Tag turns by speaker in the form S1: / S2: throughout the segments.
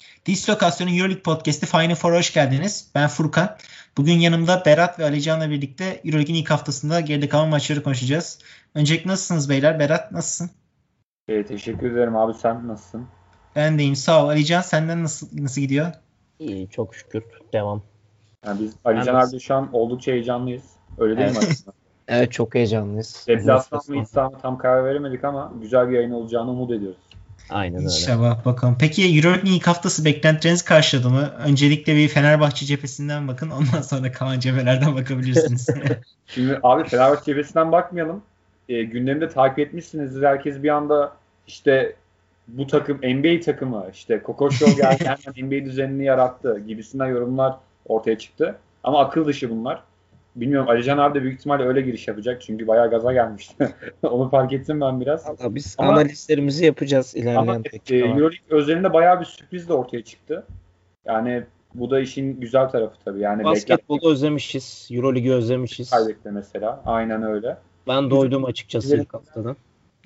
S1: Dislokasyon'un Euroleague Podcast'i Final Four'a hoş geldiniz. Ben Furkan. Bugün yanımda Berat ve Alican'la birlikte Euroleague'in ilk haftasında geride kalan maçları konuşacağız. Öncelikle nasılsınız beyler? Berat nasılsın?
S2: Teşekkür ederim abi, sen nasılsın?
S1: Ben deyim sağ ol. Alican senden nasıl gidiyor?
S3: İyi, çok şükür. Devam.
S2: Yani biz Alican abi şu an oldukça heyecanlıyız. Öyle değil mi aslında?
S3: Evet, çok heyecanlıyız.
S2: Deplasman mı tam karar veremedik ama güzel bir yayın olacağını umut ediyoruz.
S3: Aynen öyle.
S1: İnşallah bakalım. Peki Euroleague'in ilk haftası beklentilerinizi karşıladı mı? Öncelikle bir Fenerbahçe cephesinden bakın. Ondan sonra kalan cephelerden bakabilirsiniz.
S2: Şimdi abi Fenerbahçe cephesinden bakmayalım. Gündemde takip etmişsinizdir. Herkes bir anda işte bu takım NBA takımı, işte Kokoşov geldi hemen NBA düzenini yarattı gibisinden yorumlar ortaya çıktı. Ama akıl dışı bunlar. Bilmiyorum, Alican abi de büyük ihtimalle öyle giriş yapacak. Çünkü bayağı gaza gelmişti. Onu fark ettim ben biraz.
S3: Biz analistlerimizi yapacağız ilerleyen
S2: dakikalar. Euroleague özelinde bayağı bir sürpriz de ortaya çıktı. Yani bu da işin güzel tarafı tabii. Yani
S3: basketbolu özlemişiz. Euroleague'i özlemişiz.
S2: Kaybetti mesela. Aynen öyle.
S3: Ben doydum açıkçası ilk haftadan.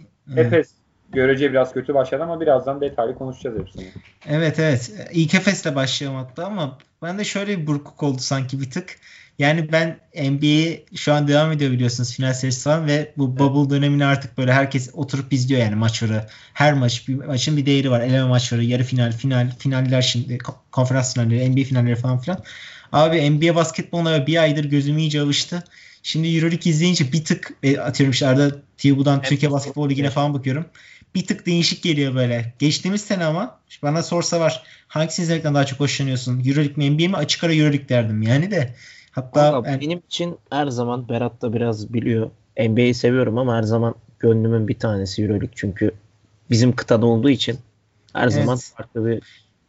S2: Efes görece biraz kötü başladı ama birazdan detaylı konuşacağız hepsini.
S1: Evet. İlk Efes'le başlayalım hatta ama ben de şöyle bir burkuk oldu sanki bir tık. Yani ben NBA şu an devam ediyor biliyorsunuz, final serisi falan ve bu bubble dönemini artık böyle herkes oturup izliyor yani maçları. Her maçın bir değeri var. Eleme maçları, yarı finaller, şimdi konferans finalleri, NBA finalleri falan filan. Abi NBA basketboluna bir aydır gözüm iyice alıştı. Şimdi EuroLeague izleyince bir tık atıyorum işte arada TV'den Türkiye Basketbol Ligi'ne falan bakıyorum. Bir tık değişik geliyor böyle. Geçtiğimiz sene ama bana sorsa var hangisini izlemekten daha çok hoşlanıyorsun? EuroLeague mi NBA mi? Açık ara EuroLeague derdim yani de. Hatta
S3: benim için her zaman, Berat da biraz biliyor, NBA'yi seviyorum ama her zaman gönlümün bir tanesi EuroLeague. Çünkü bizim kıtada olduğu için her zaman farklı bir...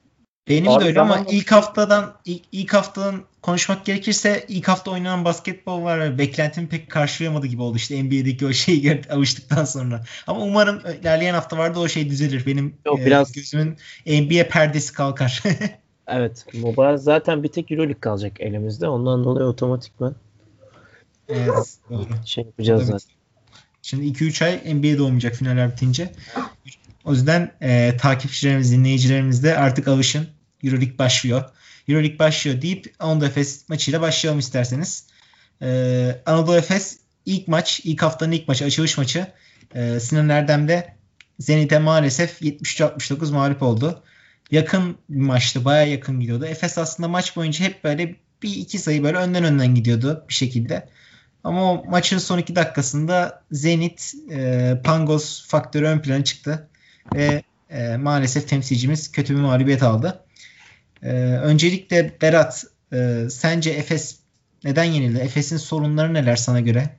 S1: Benim de öyle ama ilk haftadan konuşmak gerekirse ilk hafta oynanan basketbol var. Beklentimi pek karşılayamadı gibi oldu işte NBA'deki o şeyi alıştıktan sonra. Ama umarım ilerleyen haftalarda o şey düzelir. Benim biraz gözümün NBA perdesi kalkar.
S3: Evet. Mobile zaten bir tek EuroLeague kalacak elimizde. Ondan dolayı otomatikman şey yapacağız zaten.
S1: Şimdi 2-3 ay NBA'de olmayacak finaller bitince. O yüzden takipçilerimiz, dinleyicilerimiz de artık alışın. EuroLeague başlıyor deyip Anadolu Efes maçıyla başlayalım isterseniz. Anadolu Efes ilk haftanın ilk maçı, açılış maçı. Sinan Erdem'de Zenit'e maalesef 73-69 mağlup oldu. Yakın bir maçtı. Bayağı yakın gidiyordu. Efes aslında maç boyunca hep böyle bir iki sayı böyle önden gidiyordu bir şekilde. Ama o maçın son 2 dakikasında Zenit Pangos faktörü ön plana çıktı. Ve maalesef temsilcimiz kötü bir mağlubiyet aldı. Öncelikle Berat, sence Efes neden yenildi? Efes'in sorunları neler sana göre?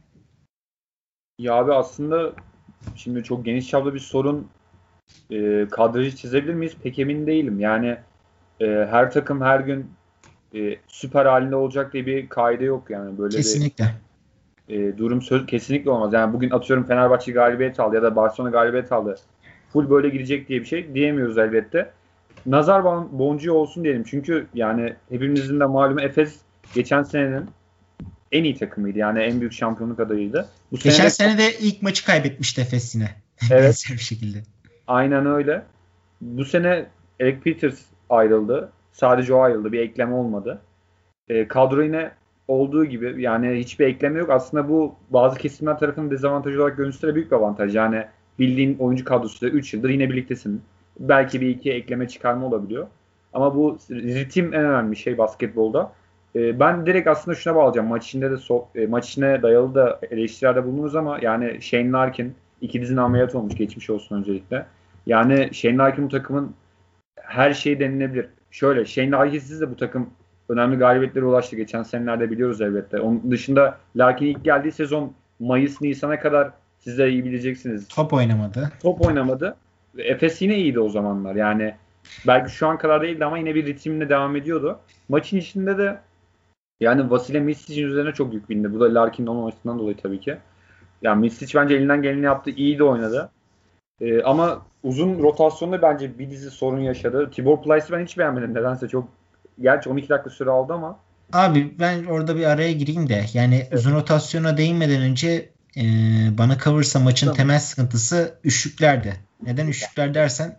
S2: Ya abi aslında şimdi çok geniş çaplı bir sorun, kadrajı çizebilir miyiz? Pek emin değilim. Yani her takım her gün süper halinde olacak diye bir kaide yok yani. Böyle
S1: kesinlikle.
S2: Durum kesinlikle olmaz. Yani bugün atıyorum Fenerbahçe galibiyet aldı ya da Barcelona galibiyet aldı. Full böyle gidecek diye bir şey diyemiyoruz elbette. Nazar boncuğu olsun diyelim. Çünkü yani hepimizin de malumu Efes geçen senenin en iyi takımıydı. Yani en büyük şampiyonluk adayıydı.
S1: Geçen sene de ilk maçı kaybetmişti Efes yine.
S2: Evet.
S1: bir şekilde.
S2: Aynen öyle. Bu sene Eric Peters ayrıldı. Sadece o ayrıldı. Bir ekleme olmadı. Kadro yine olduğu gibi, yani hiçbir ekleme yok. Aslında bu bazı kesimler tarafından dezavantaj olarak görünse de büyük bir avantaj. Yani bildiğin oyuncu kadrosuyla 3 yıldır yine birliktesin. Belki bir iki ekleme çıkarma olabiliyor. Ama bu ritim en önemli şey basketbolda. Ben direkt aslında şuna bağlayacağım. Maç içine dayalı da eleştirilerde bulunuruz ama yani Shane Larkin 2 dizin ameliyat olmuş. Geçmiş olsun öncelikle. Yani Shane Larkin bu takımın her şeyi denilebilir. Şöyle, Shane Larkin'siz de bu takım önemli galibiyetlere ulaştı. Geçen senelerde biliyoruz elbette. Onun dışında Larkin ilk geldiği sezon Mayıs, Nisan'a kadar siz de iyi bileceksiniz.
S1: Top oynamadı.
S2: Efes yine iyiydi o zamanlar. Yani belki şu an kadar değildi ama yine bir ritimle devam ediyordu. Maçın içinde de yani Vasile Misic'in üzerine çok yük bindi. Bu da Larkin'in olmamasından dolayı tabii ki. Yani Misic bence elinden geleni yaptı. İyi de oynadı. Ama uzun rotasyonda bence bir dizi sorun yaşadı. Tibor Plyce'ı ben hiç beğenmedim. Nedense çok, gerçi 12 dakika süre aldı ama.
S1: Abi ben orada bir araya gireyim de yani uzun rotasyona değinmeden önce bana kalırsa maçın temel sıkıntısı üçlüklerdi. Neden üçlükler dersen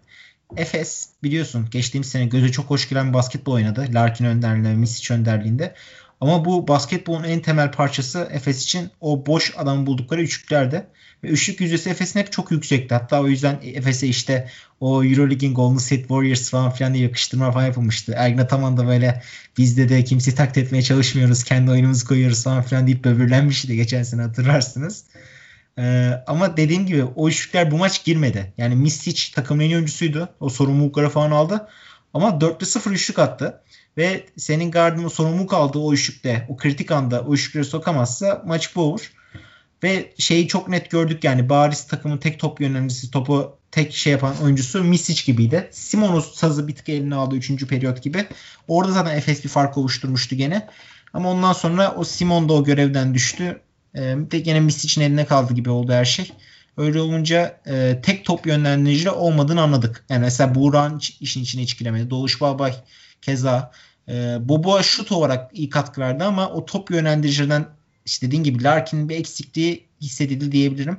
S1: Efes biliyorsun geçtiğimiz sene göze çok hoş gelen bir basketbol oynadı. Larkin önderliğinde ve Misic önderliğinde. Ama bu basketbolun en temel parçası Efes için o boş adam buldukları üçlüklerdi. Ve üçlük yüzdesi Efes'in hep çok yüksekti. Hatta o yüzden Efes'e işte o Euroleague'in Golden State Warriors falan filan diye yakıştırma falan yapılmıştı. Ergin Ataman da böyle bizde de kimseyi taklit etmeye çalışmıyoruz. Kendi oyunumuzu koyuyoruz falan filan deyip böbürlenmişti geçen sene, hatırlarsınız. Ama dediğim gibi o üçlükler bu maç girmedi. Yani Misic takımın en iyi oyuncusuydu. O sorumlulukları falan aldı. Ama 4'te 0 üçlük attı. Ve senin gardın o sorumluluk aldığı o üçlükte, o kritik anda o üçlükleri sokamazsa maç bu olur. Ve şeyi çok net gördük, yani bariz takımın tek top yönlendiricisi, topu tek şey yapan oyuncusu Misic gibiydi. Simonus sazı bir tık eline aldı 3. periyot gibi. Orada zaten Efes bir fark oluşturmuştu gene. Ama ondan sonra o Simon da o görevden düştü. Bir de gene Misic'in eline kaldı gibi oldu her şey. Öyle olunca tek top yönlendirici olmadığını anladık. Yani mesela Buğra'nın işin içine hiç giremedi. Doğuş Babay keza. Boboa şut olarak iyi katkı verdi ama o top yönlendiriciden işte dediğin gibi Larkin'in bir eksikliği hissedildi diyebilirim.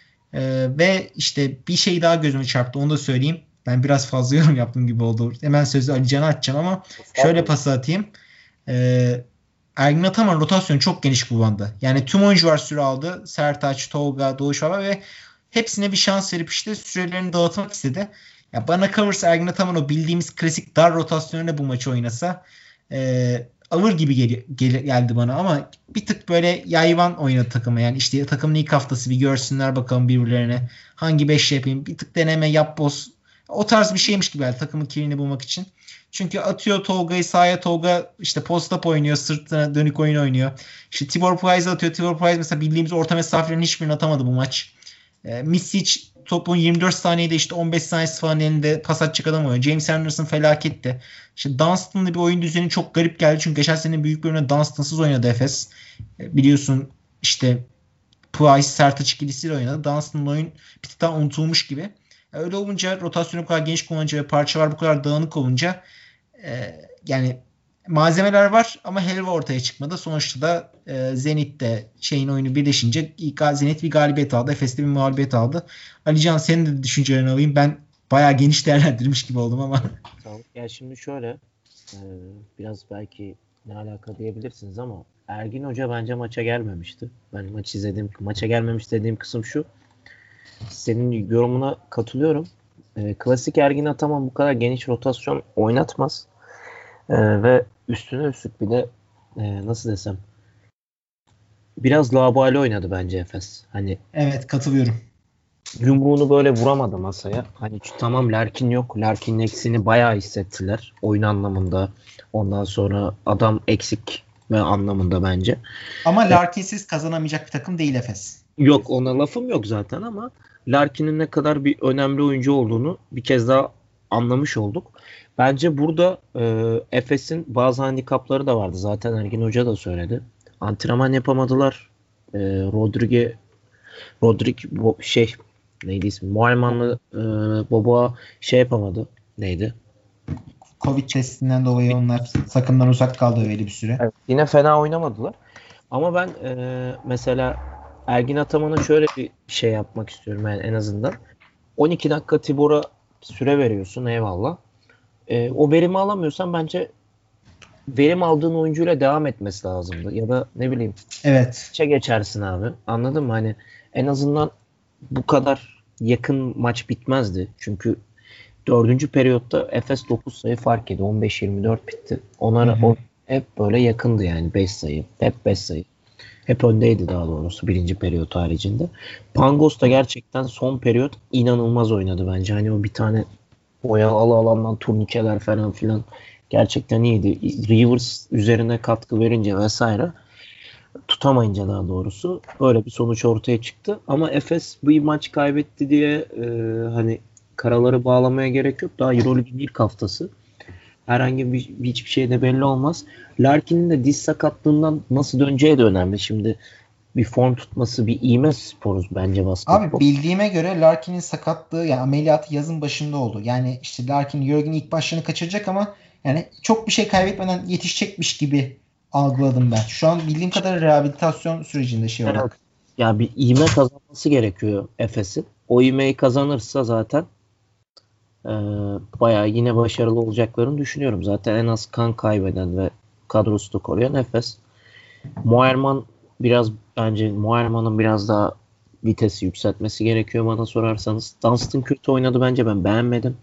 S1: Ve işte bir şey daha gözüme çarptı, onu da söyleyeyim. Ben biraz fazla yorum yaptığım gibi oldu. Hemen sözü Ali Can'a atacağım ama şöyle pası atayım. Ergin Ataman rotasyonu çok geniş kullandı. Yani tüm oyuncular süre aldı. Sertaç, Tolga, Doğuş Baba ve hepsine bir şans verip işte sürelerini dağıtmak istedi. Ya bana kalırsa Ergin Ataman o bildiğimiz klasik dar rotasyonuyla bu maçı oynasa alır gibi geldi bana, ama bir tık böyle yayvan oynadı takımı. Yani işte takımın ilk haftası, bir görsünler bakalım birbirlerine. Hangi 5 yapayım, bir tık deneme yap boz. O tarz bir şeymiş gibi geldi takımın kilini bulmak için. Çünkü atıyor Tolga'yı sahaya, Tolga işte post-up oynuyor, sırtına dönük oyun oynuyor. İşte Tibor Plyce atıyor. Tibor Plyce mesela bildiğimiz orta mesafelerin hiçbirini atamadı bu maç. Misic topun 24 saniyede işte 15 saniyesi falan elinde pas atacak adam oynuyor. James Anderson felaketti. İşte Dunstan'da bir oyun düzeni çok garip geldi. Çünkü geçen senenin büyük bölümünde Dunstan'sız oynadı Efes. Biliyorsun işte Plyce, Sertaç ikilisiyle oynadı. Dunstan'ın oyun bir tık daha unutulmuş gibi. Öyle olunca, rotasyonu bu kadar geniş kullanınca ve parçalar bu kadar dağınık olunca yani malzemeler var ama helva ortaya çıkmadı. Sonuçta da Zenit'te şeyin oyunu birleşince Zenit bir galibiyet aldı. Efes'te bir mağlubiyet aldı. Alican, senin de düşüncelerini alayım. Ben bayağı geniş değerlendirmiş gibi oldum ama.
S3: Tamam. Ya şimdi şöyle biraz belki ne alaka diyebilirsiniz ama Ergin Hoca bence maça gelmemişti. Ben maçı izledim. Maça gelmemiş dediğim kısım şu. Senin yorumuna katılıyorum. Klasik Ergin Ataman bu kadar geniş rotasyon oynatmaz. Ve üstüne üstlük bir de nasıl desem biraz laubali oynadı bence Efes. Hani
S1: evet, katılıyorum.
S3: yumruğunu böyle vuramadı masaya. Hani tamam, Larkin yok. Larkin'in eksiğini bayağı hissettiler. Oyun anlamında. Ondan sonra adam eksik ve anlamında bence.
S1: Ama Larkin'siz kazanamayacak bir takım değil Efes.
S3: Yok, ona lafım yok zaten ama Larkin'in ne kadar bir önemli oyuncu olduğunu bir kez daha anlamış olduk. Bence burada Efes'in bazı handikapları da vardı. Zaten Ergin Hoca da söyledi. Antrenman yapamadılar. Rodrigue neydi ismi? Muaymanlı Boboa şey yapamadı. Neydi?
S1: Covid testinden dolayı onlar takımdan uzak kaldı öyle bir süre.
S3: Evet, yine fena oynamadılar. Ama ben mesela Ergin Ataman'a şöyle bir şey yapmak istiyorum yani en azından. 12 dakika Tibor'a süre veriyorsun, eyvallah. O verimi alamıyorsan bence verim aldığın oyuncuyla devam etmesi lazımdı. Ya da ne bileyim.
S1: Evet.
S3: Geçersin abi. Anladın mı? Hani en azından bu kadar yakın maç bitmezdi. Çünkü 4. periyotta Efes 9 sayı fark yedi. 15-24 bitti. O hep böyle yakındı yani 5 sayı. Hep 5 sayı. Hep öndeydi daha doğrusu 1. periyot haricinde. Pangos da gerçekten son periyot inanılmaz oynadı bence. Hani o bir tane boyalı alandan turnikeler falan filan gerçekten iyiydi. Rivers üzerine katkı verince vesaire, tutamayınca daha doğrusu öyle bir sonuç ortaya çıktı. Ama Efes bu maç kaybetti diye hani karaları bağlamaya gerek yok. Daha Euroleague'in ilk haftası. Herhangi hiçbir şey de belli olmaz. Larkin'in de diz sakatlığından nasıl döneceği de önemli. Şimdi bir form tutması, bir iğme sporuz bence basketbol.
S1: Abi bildiğime göre Larkin'in sakatlığı, yani ameliyatı yazın başında oldu. Yani işte Larkin Euroleague'in ilk başlarını kaçıracak ama yani çok bir şey kaybetmeden yetişecekmiş gibi algıladım ben. Şu an bildiğim kadarıyla rehabilitasyon sürecinde olarak.
S3: Evet. Ya bir iğme kazanması gerekiyor Efes'in. O iğmeyi kazanırsa zaten Bayağı yine başarılı olacaklarını düşünüyorum. Zaten en az kan kaybeden ve kadrosu da koruyan Efes. Bence Moerman'ın biraz daha vitesi yükseltmesi gerekiyor bana sorarsanız. Dunstan kötü oynadı bence, ben beğenmedim.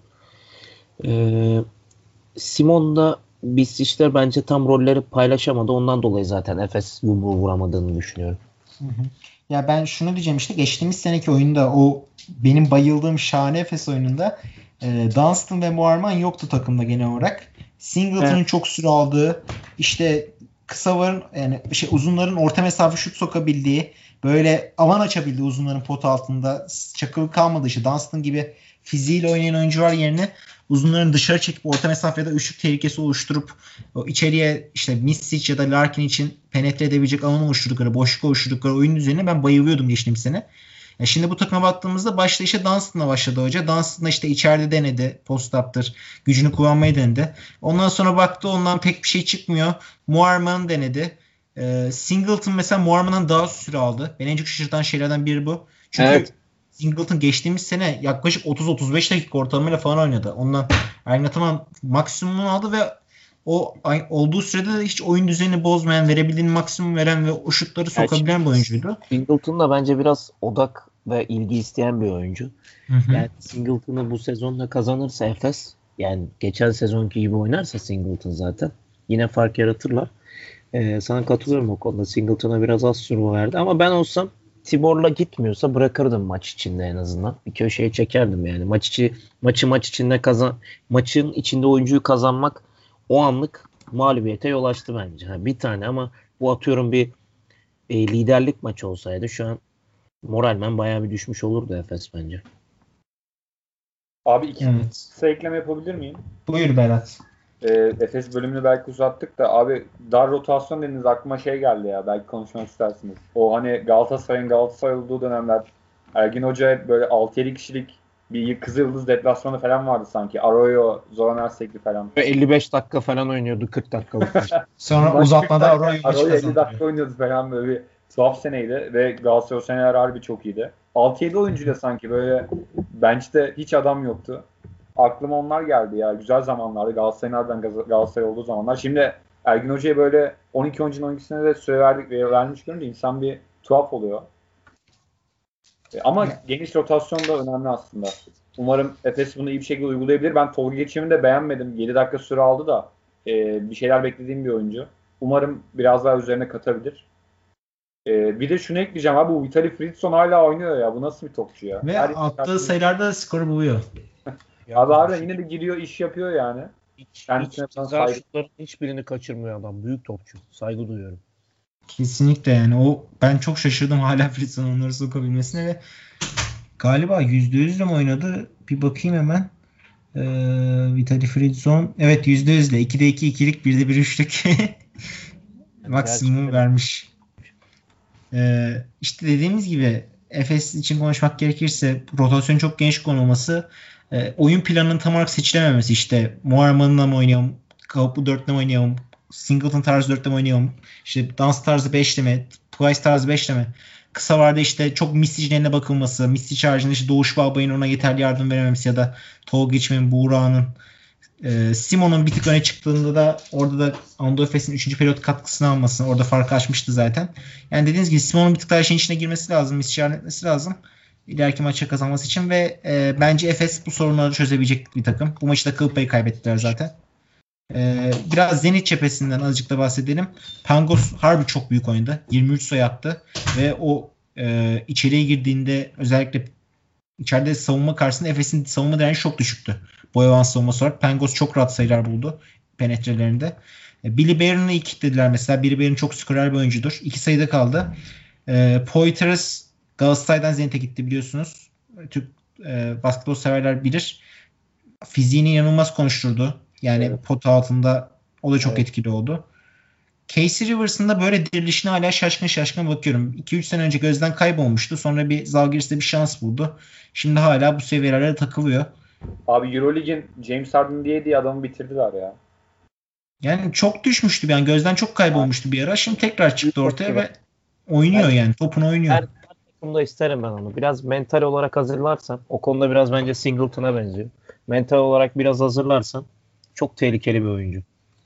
S3: Simon da Bisic'ler bence tam rolleri paylaşamadı. Ondan dolayı zaten Efes yumruğu vuramadığını düşünüyorum.
S1: Hı hı. Ya ben şunu diyeceğim, işte geçtiğimiz seneki oyunda, o benim bayıldığım şahane Efes oyununda Dunstan ve Moerman yoktu takımda genel olarak. Singleton'ın çok süre aldığı, işte kısaların yani uzunların orta mesafe şut sokabildiği, böyle alan açabildiği uzunların pot altında, çakılı kalmadığı, işte Dunstan gibi fiziğiyle oynayan oyuncular yerine uzunların dışarı çekip orta mesafede üçlük tehlikesi oluşturup o içeriye işte Misic ya da Larkin için penetre edebilecek alan oluşturdukları, boşluk oluşturdukları oyun düzenine ben bayılıyordum geçtiğim sene. Şimdi bu takıma baktığımızda başta işte Dunstan'la başladı hoca. Dunstan işte içeride denedi. Post-up'tır. Gücünü kullanmayı denedi. Ondan sonra baktı ondan pek bir şey çıkmıyor. Moerman denedi. Singleton mesela Moerman'dan daha süre aldı. Beni en çok şaşırtan şeylerden biri bu. Çünkü evet. Singleton geçtiğimiz sene yaklaşık 30-35 dakika ortalamayla falan oynadı. Ondan Ergin Ataman maksimumunu aldı ve o olduğu sürede de hiç oyun düzenini bozmayan, verebildiğini maksimum veren ve o şutları sokabilen bir oyuncuydu.
S3: Singleton da bence biraz odak ve ilgi isteyen bir oyuncu. Hı-hı. Yani Singleton'ı bu sezonda kazanırsa Efes, yani geçen sezonki gibi oynarsa Singleton zaten yine fark yaratırlar. Sana katılıyorum o konuda. Singleton'a biraz az süre verdi ama ben olsam Tibor'la gitmiyorsa bırakırdım maç içinde en azından. Bir köşeye çekerdim yani. Maç içinde maçın içinde oyuncuyu kazanmak o anlık mağlubiyete yol açtı bence. Bir tane ama bu atıyorum bir liderlik maçı olsaydı şu an moralmen bayağı bir düşmüş olurdu Efes bence.
S2: Abi iki kısa ekleme yapabilir miyim?
S1: Buyur Berat.
S2: Efes bölümünü belki uzattık da abi, dar rotasyon dediniz, aklıma şey geldi ya, belki konuşmak istersiniz. O hani Galatasaray olduğu dönemler Ergin Hoca böyle 6-7 kişilik bir Kızıldız deplasmanı falan vardı sanki. Arroyo, Zoran Ersekli falan.
S3: 55 dakika falan oynuyordu, 40 dakikalık.
S1: Sonra uzatmada
S2: Arroyo 50 dakika oynuyordu falan, böyle bir tuhaf seneydi ve Galatasaray o seneler harbi çok iyiydi. 6-7 oyuncuyla sanki böyle bench'te hiç adam yoktu. Aklıma onlar geldi ya. Güzel zamanlardı. Galatasaray olduğu zamanlar. Şimdi Ergin Hoca'ya böyle 12 oyuncunun 12'sine de süre vermiş görünce insan bir tuhaf oluyor. Ama geniş rotasyon da önemli aslında. Umarım Efes bunu iyi bir şekilde uygulayabilir. Ben Tolga Geçim'i de beğenmedim. 7 dakika süre aldı da bir şeyler beklediğim bir oyuncu. Umarım biraz daha üzerine katabilir. Bir de şunu ekleyeceğim abi, bu Vitali Fridson hala oynuyor ya. Bu nasıl bir topçu ya?
S1: Ve attığı sayılarda skoru buluyor.
S2: Abi harbiden yine de giriyor, iş yapıyor yani.
S3: Şutların hiçbirini kaçırmıyor adam. Büyük topçu. Saygı duyuyorum.
S1: Kesinlikle yani. Ben çok şaşırdım hala Fritz'in onları sokabilmesine ve galiba %100'le mi oynadı? Bir bakayım hemen. Vitali Fritzson. Evet, %100'le. 2'de 2 ikilik, 1'de 1 üçlük. Maksimum vermiş. İşte dediğimiz gibi Efes için konuşmak gerekirse rotasyon çok geniş konulması, oyun planının tam olarak seçilememesi, işte Moerman'la mı oynayalım, Kavuklu 4'le mi oynayalım, Singleton tarzı 4'le mi oynayalım, işte Dans tarzı 5'le mi, Price tarzı 5'le mi, kısa vardı işte çok Misic'in eline bakılması, Misic haricinde işte Doğuş Balbay'ın ona yeterli yardım verememesi ya da Tolga Geçmen'in, Buğra'nın, Simon'un bir tık öne çıktığında da orada da Anadolu Efes'in 3. periyot katkısını almasını, orada farkı açmıştı zaten. Yani dediğiniz gibi Simon'un bir tık daha işin içine girmesi lazım, Misic'i halletmesi lazım ileriki maça kazanması için ve bence Efes bu sorunları çözebilecek bir takım. Bu maçı da kıl payı kaybettiler zaten. Biraz Zenit cephesinden azıcık da bahsedelim. Pangos harbi çok büyük oynadı. 23 sayı attı ve o içeriye girdiğinde özellikle içeride savunma karşısında Efes'in savunma direnci çok düşüktü. Boyavan savunması olarak. Pangos çok rahat sayılar buldu penetrelerinde. Billy Barron'ı iyi kilitlediler mesela. Billy Barron çok skorer bir oyuncudur. 2 sayıda kaldı. Poitras Galatasaray'dan Zenit'e gitti biliyorsunuz. Türk basketbol severler bilir. Fiziğini inanılmaz konuşturdu. Yani pot altında o da çok etkili oldu. Casey Rivers'ın da böyle dirilişine hala şaşkın bakıyorum. 2-3 sene önce gözden kaybolmuştu. Sonra bir Zalgiris'te bir şans buldu. Şimdi hala bu seviyelerde takılıyor.
S2: Abi Euroleague'in James Harden diye adamı bitirdiler ya.
S1: Yani çok düşmüştü. Gözden çok kaybolmuştu bir ara. Şimdi tekrar çıktı ortaya ve oynuyor yani. Topunu oynuyor.
S3: takımda isterim ben onu. Biraz mental olarak hazırlarsan, o konuda biraz bence Singleton'a benziyor. Mental olarak biraz hazırlarsan çok tehlikeli bir oyuncu.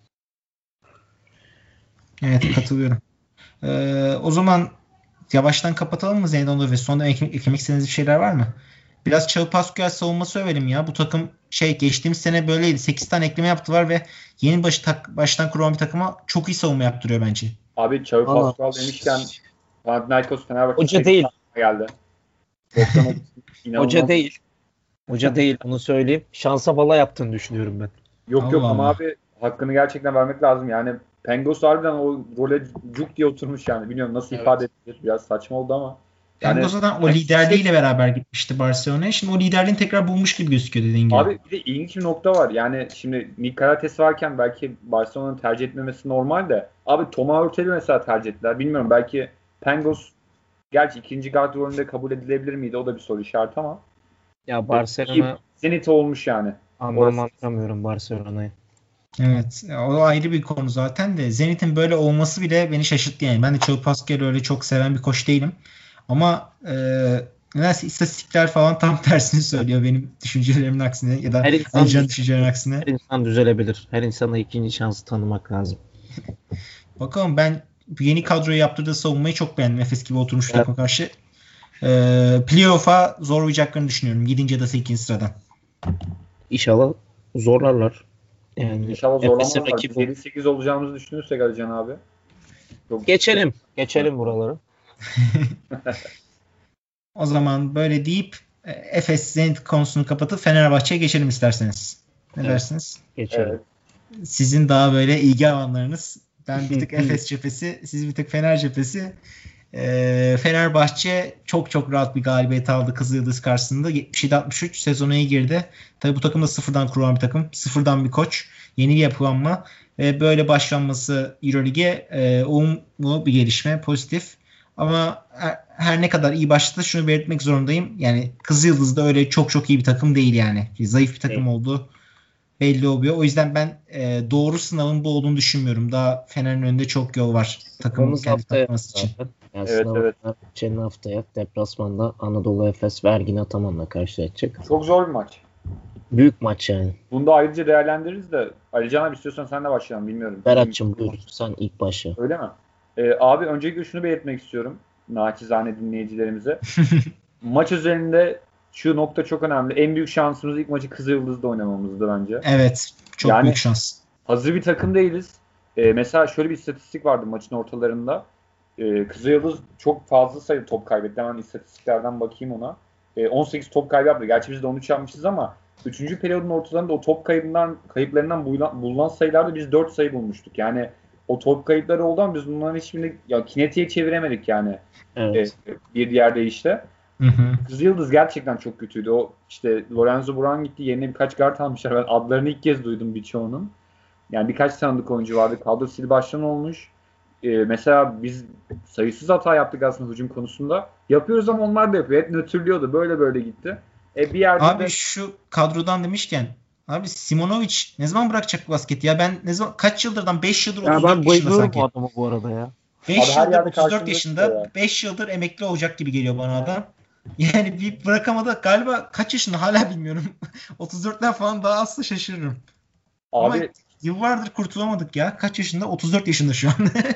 S1: Evet, katılıyorum. O zaman yavaştan kapatalım mı Zeydan ve sonunda eklemek istediğiniz bir şeyler var mı? Biraz Çağ Pascual savunması övelim ya. Bu takım geçtiğimiz sene böyleydi. 8 tane ekleme yaptılar ve yeni baştan kurulan bir takıma çok iyi savunma yaptırıyor bence.
S2: Abi Xavi
S3: Valla.
S2: Pascual demişken Panathinaikos Fenerbahçe
S3: Hoca değil.
S2: geldi. 90
S3: Hoca değil. Hoca değil, onu söyleyeyim. Şansa bala yaptığını düşünüyorum ben.
S2: Yok
S1: Allah
S2: ama
S1: Allah.
S2: abi hakkını gerçekten vermek lazım. Yani Pangos harbiden o role cuk diye oturmuş yani. Bilmiyorum nasıl ifade edilir. Biraz saçma oldu ama. Yani
S1: Pangos'dan o liderliğiyle beraber gitmişti Barcelona'ya. Şimdi o liderliğini tekrar bulmuş gibi gözüküyor dediğin gibi.
S2: abi bir de ilginç bir nokta var. Yani şimdi Nick Karates varken belki Barcelona'nın tercih etmemesi normal de. Abi Thomas Hurtel'i mesela tercih ettiler. Bilmiyorum belki Pangos gerçi ikinci guard rolünde kabul edilebilir miydi? O da bir soru işareti ama.
S3: Ya Barcelona
S2: Zenit olmuş yani.
S3: anlamıyorum Barcelona'yı.
S1: Evet. O ayrı bir konu zaten de. Zenit'in böyle olması bile beni şaşırttı yani. Ben de Çağ Pascal'ı öyle çok seven bir koç değilim. Ama nedense istatistikler falan tam tersini söylüyor benim düşüncelerimin aksine ya da Alican'ın düşüncelerinin aksine.
S3: Her insan düzelebilir. Her insana ikinci şansı tanımak lazım.
S1: Bakalım, ben yeni kadroyu yaptırdığı savunmayı çok beğendim. Efes gibi oturmuş
S3: Evet.
S1: takıma karşı. Playoff'a zorlayacaklarını düşünüyorum. 7. ya da 8. sıradan.
S3: İnşallah zorlarlar. Yani
S2: İnşallah
S3: Efes'in
S2: zorlamazlar.
S3: rakibi.
S2: 7-8 olacağımızı düşünürsek Alican abi. Çok...
S3: Geçelim buraları.
S1: O zaman böyle deyip Efes Zenit konusunu kapatıp Fenerbahçe'ye geçelim isterseniz. Ne dersiniz?
S3: Geçelim.
S2: Evet.
S1: Sizin daha böyle ilgi alanlarınız. Ben bir tık Efes cephesi, siz bir tık Fener cephesi. Fenerbahçe çok çok rahat bir galibiyet aldı Kızılyıldız karşısında. 77-63 sezona iyi girdi. Tabii bu takım da sıfırdan kurulan bir takım. Sıfırdan bir koç. Yeni bir yapılanma. Ve böyle başlanması Euroleague'e olumlu bir gelişme. Pozitif. Ama her ne kadar iyi başladı şunu belirtmek zorundayım. Yani Kızılyıldız da öyle çok çok iyi bir takım değil yani. Zayıf bir takım oldu. Belli oluyor. O yüzden ben doğru sınavın bu olduğunu düşünmüyorum. Daha Fener'in önünde çok yol var takımın kendi takması için.
S3: Yani
S2: Evet, evet.
S3: Geçen haftaya deplasmanda Anadolu Efes ve Ergin Ataman'la karşılaşacak.
S2: Çok zor bir maç.
S3: Büyük maç yani.
S2: Bunu da ayrıca değerlendiririz de Alican abi istiyorsan sen de başlayalım bilmiyorum.
S3: Berat'cığım buyur sen ilk başla.
S2: Öyle mi? Abi öncelikle şunu belirtmek istiyorum naçizane dinleyicilerimize. Maç üzerinde şu nokta çok önemli. En büyük şansımız ilk maçı Kızılyıldız'da oynamamızdı bence.
S1: Evet. Çok
S2: Yani-
S1: büyük şans.
S2: Hazır bir takım değiliz. Mesela şöyle bir istatistik vardı maçın ortalarında. Kızılyıldız çok fazla sayı top kaybetti. Hemen istatistiklerden bakayım ona. 18 top kaybı yaptı. Gerçi biz de 13 yapmışız ama 3. periyodun ortalarında o top kayıplarından bulunan sayılarda biz 4 sayı bulmuştuk. Yani o top kayıpları oldu ama biz bunların hiçbirini kinetiğe çeviremedik yani
S3: Evet.
S2: bir yerde işte.
S1: Hı hı.
S2: Kızılyıldız gerçekten çok kötüydü. O işte Lorenzo Brown gitti. Yerine birkaç guard almışlar. Ben adlarını ilk kez duydum birçoğunun. Yani birkaç tanıdık oyuncu vardı. Kadro sil baştan olmuş. Mesela biz sayısız hata yaptık aslında hücum konusunda. Yapıyoruz ama onlar da yapıyor. Hep nötrlüyordu. Böyle böyle gitti. Bir yerde
S1: Abi
S2: de...
S1: şu kadrodan demişken abi Simonovic ne zaman bırakacak bu basketi ya? Ben ne zaman kaç yıldır 5 yıldır 34 yaşında
S3: bayılıyorum
S1: sanki.
S3: bu adamı bu arada ya.
S1: 5
S2: Abi her
S1: yıldır
S2: yerde
S1: 34
S2: karşımıza
S1: yaşında
S2: çıkıyor ya.
S1: 5 yıldır emekli olacak gibi geliyor bana adam. Yani bir bırakamadı. Galiba kaç yaşında hala bilmiyorum. 34'ten falan daha azsa şaşırırım. Ama
S2: Abi
S1: yıllardır kurtulamadık ya. Kaç yaşında? 34 yaşında şu an.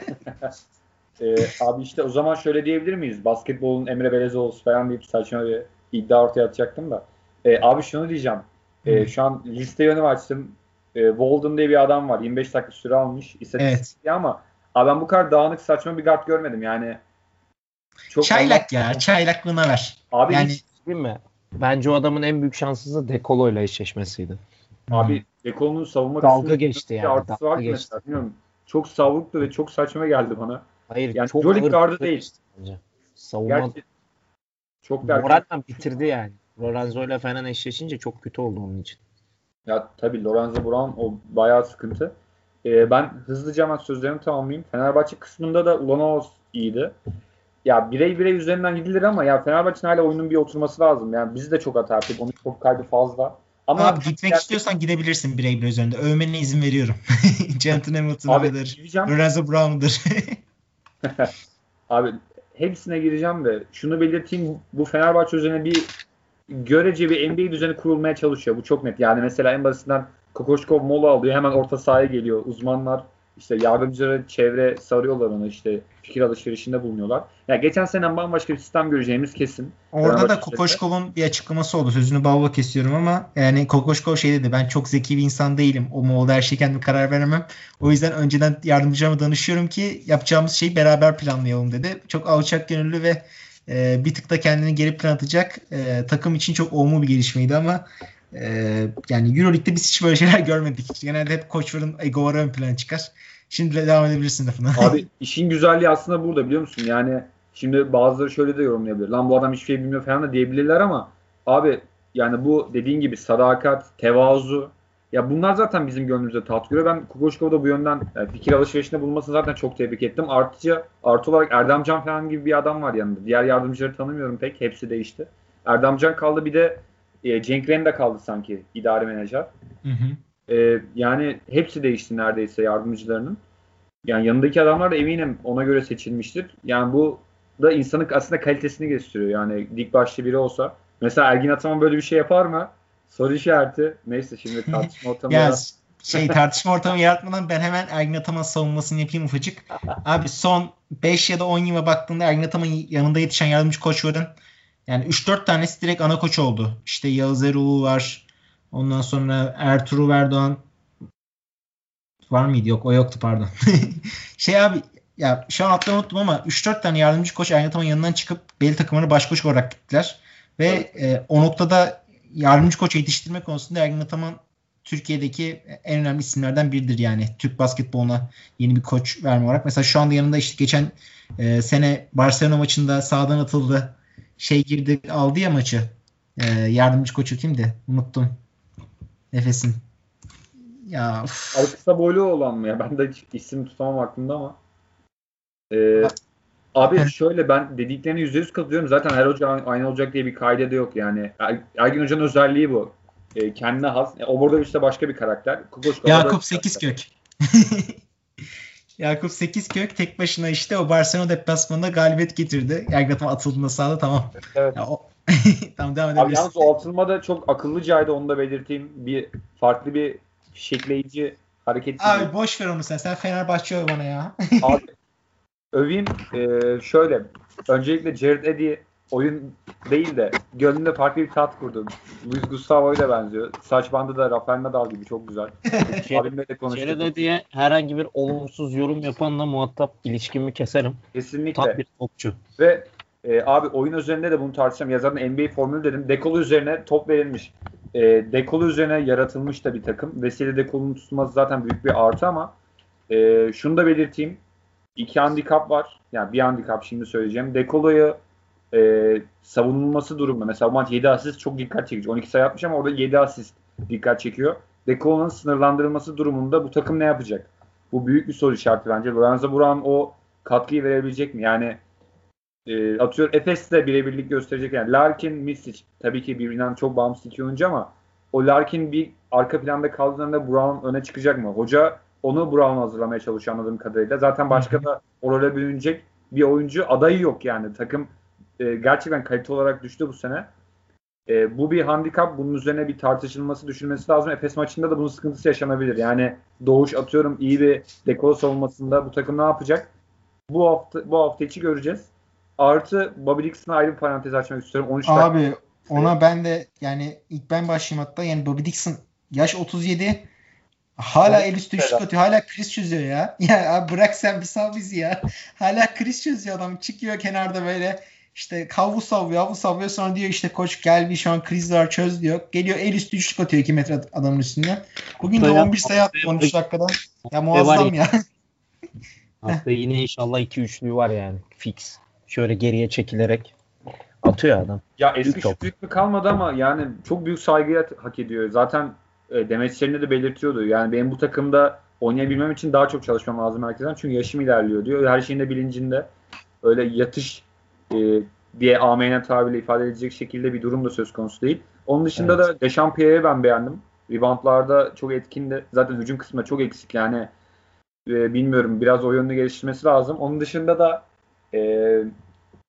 S2: abi işte o zaman şöyle diyebilir miyiz? Basketbolun Emre Belezoğlu falan deyip saçma bir iddia ortaya atacaktım da. Abi şunu diyeceğim. Şu an liste yönü açtım. Walden diye bir adam var. 25 dakika süre almış. İstatistik ama abi ben bu kadar dağınık saçma bir guard görmedim. Yani çok
S1: Çaylak ya. Çaylaklığına ver.
S2: Abi
S1: Yani
S3: Değil mi? Bence o adamın en büyük şanssızlığı Dekolo ile eşleşmesiydi.
S2: Abi Dekol'un savunma
S3: Dalga
S2: kısmında
S3: geçti yani,
S2: bir artısı
S3: dalga
S2: var ki
S3: geçti.
S2: mesela. Bilmiyorum. Çok savruktu ve çok saçma geldi bana.
S3: Hayır,
S2: Yani
S3: çok
S2: Euroleague
S3: ağır
S2: gardı değil.
S3: bence. Savunma
S2: Gerçi çok da erken.
S3: moralden bitirdi yani. Lorenzo ile falan eşleşince çok kötü oldu onun için.
S2: Ya tabii Lorenzo Brown o bayağı sıkıntı. Ben hızlıca hemen sözlerimi tamamlayayım. Fenerbahçe kısmında da Ulanovas iyiydi. Ya birey üzerinden gidilir ama ya Fenerbahçe'nin hala oyunun bir oturması lazım. Yani biz de çok hata yaptık. Onun çok kaybı fazla. Ama
S1: abi gitmek istiyorsan gidebilirsin birey üzerinde. Övmene izin veriyorum. Jonathan
S2: Abi,
S1: Hamilton'ıdır.
S2: diyeceğim.
S1: Lorenzo Brown'udur.
S2: Abi hepsine gireceğim de şunu belirteyim, bu Fenerbahçe üzerine bir görece bir NBA düzeni kurulmaya çalışıyor. Bu çok net. Yani mesela en basitinden Kokoşkov mola alıyor. Hemen orta sahaya geliyor. Uzmanlar işte yardımcıları çevre sarıyorlar onu, işte fikir alışverişinde bulunuyorlar. Yani geçen sene bambaşka bir sistem göreceğimiz kesin.
S1: Orada da Kokoşkov'un bir açıklaması oldu. Sözünü balla kesiyorum ama yani Kokoşkov şey dedi. Ben çok zeki bir insan değilim. O Moğol'da her şey kendim karar veremem. O yüzden önceden yardımcıma danışıyorum ki yapacağımız şeyi beraber planlayalım dedi. Çok alçak gönüllü ve bir tık da kendini geri plan atacak. Takım için çok olumlu bir gelişmeydi ama yani Euroleague'de biz hiç böyle şeyler görmedik. Genelde hep koçların egoları ön plana çıkar. Şimdi de devam edebilirsin lafına.
S2: Abi işin güzelliği aslında burada, biliyor musun? Yani şimdi bazıları şöyle de yorumlayabilir. Lan bu adam hiçbir şey bilmiyor falan da diyebilirler ama abi yani bu dediğin gibi sadakat, tevazu, ya bunlar zaten bizim gönlümüzde tat görüyor. Ben Kukoşkov'da bu yönden fikir alışverişinde bulunmasını zaten çok tebrik ettim. Artı olarak Erdemcan falan gibi bir adam var yanında. Diğer yardımcıları tanımıyorum pek. Hepsi değişti. Erdemcan kaldı, bir de Cenk Ren de kaldı sanki idari menajer.
S1: Hı hı.
S2: Yani hepsi değişti neredeyse yardımcılarının. Yani yanındaki adamlar da eminim ona göre seçilmiştir. Yani bu da insanın aslında kalitesini gösteriyor. Yani dik başlı biri olsa. Mesela Ergin Ataman böyle bir şey yapar mı? Soru işareti. Neyse şimdi tartışma ortamı
S1: ya tartışma ortamı yaratmadan ben hemen Ergin Ataman savunmasını yapayım ufacık. Abi son 5 ya da 10 yıla baktığında Ergin Ataman'ın yanında yetişen yardımcı koçların yani 3-4 tanesi direkt ana koç oldu. İşte Yağız Ertuğrul var. Ondan sonra Ertuğrul Erdoğan var mıydı? Yok, o yoktu, pardon. Abi ya şu an adlarını unuttum ama 3-4 tane yardımcı koç Ergin Ataman'ın yanından çıkıp belli takımlara baş koç olarak gittiler. Ve o noktada yardımcı koç yetiştirme konusunda Ergin Ataman Türkiye'deki en önemli isimlerden biridir yani. Türk basketboluna yeni bir koç verme olarak. Mesela şu anda yanında işte geçen sene Barcelona maçında sahadan atıldı. Girdi aldı ya maçı. Yardımcı koçu kimdi? Unuttum. Efes'in. Ya
S2: Abi kısa boylu olan mı ya? Ben de hiç isim tutamam aklımda ama. Abi şöyle, ben dediklerine %100 katılıyorum. Zaten her hoca aynı olacak diye bir kaide de yok yani. Ergin Hoca'nın özelliği bu. Kendine has. O burada işte başka bir karakter.
S1: Yakup Sekizkök. Yakup Sekizkök tek başına işte o Barcelona deplasmanında galibiyet getirdi. Ergin Ataman atıldığında sahada, tamam.
S2: Evet.
S1: Tamam, devam
S2: edebiliriz. Abi yalnız o atılma da çok akıllıcaydı, onu da belirteyim. Farklı bir fişekleyici hareket.
S1: Abi boş ver onu sen. Sen Fenerbahçe öv bana ya.
S2: Abi öveyim. Şöyle. Öncelikle Jared Eddy oyun değil de gönlünde farklı bir tat kurdu. Luis Gustavo'ya da benziyor. Saç bandı da Rafael Nadal gibi çok güzel. Abimle de konuştuk.
S3: Jared Eddy'ye herhangi bir olumsuz yorum yapanla muhatap ilişkimi keserim.
S2: Kesinlikle.
S3: Tam bir topçu.
S2: Ve abi oyun üzerinde de bunu tartışacağım. Ya zaten NBA formülü dedim. Dekolu üzerine top verilmiş. Dekolu üzerine yaratılmış da bir takım. Vesile Dekolu'nun tutulması zaten büyük bir artı ama şunu da belirteyim. 2 handikap var. Yani bir handikap şimdi söyleyeceğim. Dekolo'yu savunulması durumunda. Mesela bu maç 7 asist çok dikkat çekici. 12 sayı atmış ama orada 7 asist dikkat çekiyor. Dekolo'nun sınırlandırılması durumunda bu takım ne yapacak? Bu büyük bir soru işareti bence. Lorenzo Brown o katkıyı verebilecek mi? Yani atıyor Efes'le birebirlik gösterecek. Yani Larkin, Misic tabii ki birbirinden çok bağımsız iki oyuncu ama o Larkin bir arka planda kaldığında Brown öne çıkacak mı? Hoca onu Brown'a hazırlamaya çalışıyor anladığım kadarıyla. Zaten başka da o role bürünecek bir oyuncu adayı yok yani. Takım gerçekten kalite olarak düştü bu sene. Bu bir handikap. Bunun üzerine bir tartışılması, düşünmesi lazım. Efes maçında da bunun sıkıntısı yaşanabilir. Yani Doğuş atıyorum iyi bir dekolo savunmasında bu takım ne yapacak? Bu hafta içi göreceğiz. Artı Bobby Dixon'a ayrı bir parantez açmak istiyorum. 13
S1: Abi ona ben de yani ilk ben başlayayım hatta. Yani Bobby Dixon yaş 37, hala el üstü üçlük atıyor. Hala kriz çözüyor ya. Ya abi bırak sen bir sal bizi ya. Hala kriz çözüyor adam. Çıkıyor kenarda böyle işte havlu savuyor. Sonra diyor işte koç gel bir şu an kriz var çöz diyor. Geliyor el üstü üçlük atıyor 2 metre adamın üstüne. Bugün de 11 sayı attı 13 dakikada. Ya muazzam ya.
S3: Hatta yine inşallah 2-3'lüğü var yani. Fix. Şöyle geriye çekilerek atıyor adam.
S2: Ya eski şükrük mü kalmadı ama yani çok büyük saygıya hak ediyor. Zaten demeçlerinde de belirtiyordu. Yani benim bu takımda oynayabilmem için daha çok çalışmam lazım herkesten. Çünkü yaşım ilerliyor diyor. Her şeyin de bilincinde. Öyle yatış diye amenna tabiriyle ifade edilecek şekilde bir durum da söz konusu değil. Onun dışında da Dechampierre'yi ben beğendim. Reboundlarda çok etkindi. Zaten hücum kısmında çok eksik. Yani bilmiyorum, biraz o yönünü geliştirmesi lazım. Onun dışında da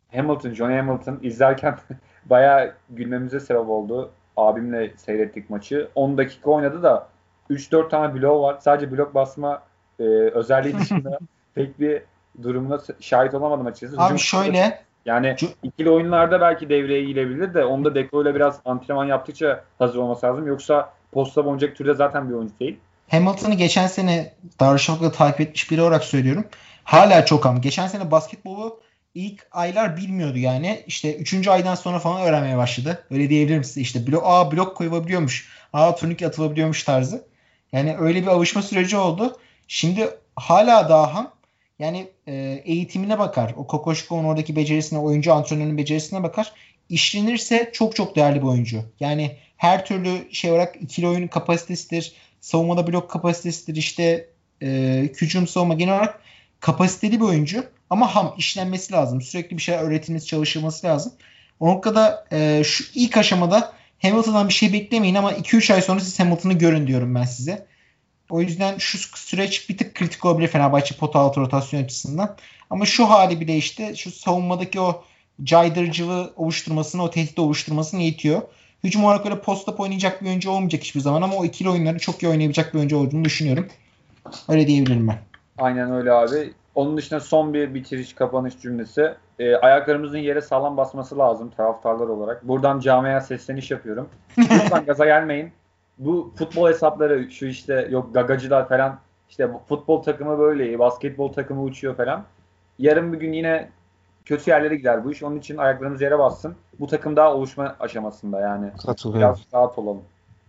S2: Johnny Hamilton izlerken bayağı gülmemize sebep oldu. Abimle seyrettik maçı. 10 dakika oynadı da 3-4 tane blok var. Sadece blok basma özelliği dışında pek bir durumuna şahit olamadım açıkçası.
S1: Abi şöyle
S2: yani ikili oyunlarda belki devreye girebilir de onda Deco ile biraz antrenman yaptıkça hazır olması lazım. Yoksa posta oynayacak türde zaten bir oyuncu değil.
S1: Hamilton'ı geçen sene Darüşşafaka'da takip etmiş biri olarak söylüyorum. Hala çok ama. Geçen sene basketbolu ilk aylar bilmiyordu yani. İşte 3. aydan sonra falan öğrenmeye başladı. Öyle diyebilirim size. İşte blok koyabiliyormuş. Turnike atılabiliyormuş tarzı. Yani öyle bir alışma süreci oldu. Şimdi hala daha ham. Yani eğitimine bakar. O Kokoşkov'un oradaki becerisine, oyuncu antrenörünün becerisine bakar. İşlenirse çok çok değerli bir oyuncu. Yani her türlü şey olarak ikili oyunun kapasitesidir. Savunmada blok kapasitesidir. İşte hücum savunma genel olarak kapasiteli bir oyuncu. Ama ham işlenmesi lazım. Sürekli bir şeyler öğretilmesi, çalışılması lazım. O noktada şu ilk aşamada Hamilton'dan bir şey beklemeyin ama 2-3 ay sonra siz Hamilton'ı görün diyorum ben size. O yüzden şu süreç bir tık kritik olabilir Fenerbahçe pota altı rotasyon açısından. Ama şu hali bile işte şu savunmadaki o caydırıcılığı oluşturmasını, o tehdit oluşturmasını yetiyor. Hücum olarak öyle post-up oynayacak bir oyuncu olmayacak hiçbir zaman ama o ikili oyunları çok iyi oynayabilecek bir oyuncu olduğunu düşünüyorum. Öyle diyebilirim ben.
S2: Aynen öyle abi. Onun dışında son bir bitiriş, kapanış cümlesi. Ayaklarımızın yere sağlam basması lazım taraftarlar olarak. Buradan camiaya sesleniş yapıyorum. Lütfen gaza gelmeyin. Bu futbol hesapları şu işte yok gagacılar falan işte futbol takımı böyle, basketbol takımı uçuyor falan. Yarın bir gün yine kötü yerlere gider bu iş. Onun için ayaklarımız yere bassın. Bu takım daha oluşma aşamasında yani.
S3: Katılıyorum.
S2: Biraz rahat olalım.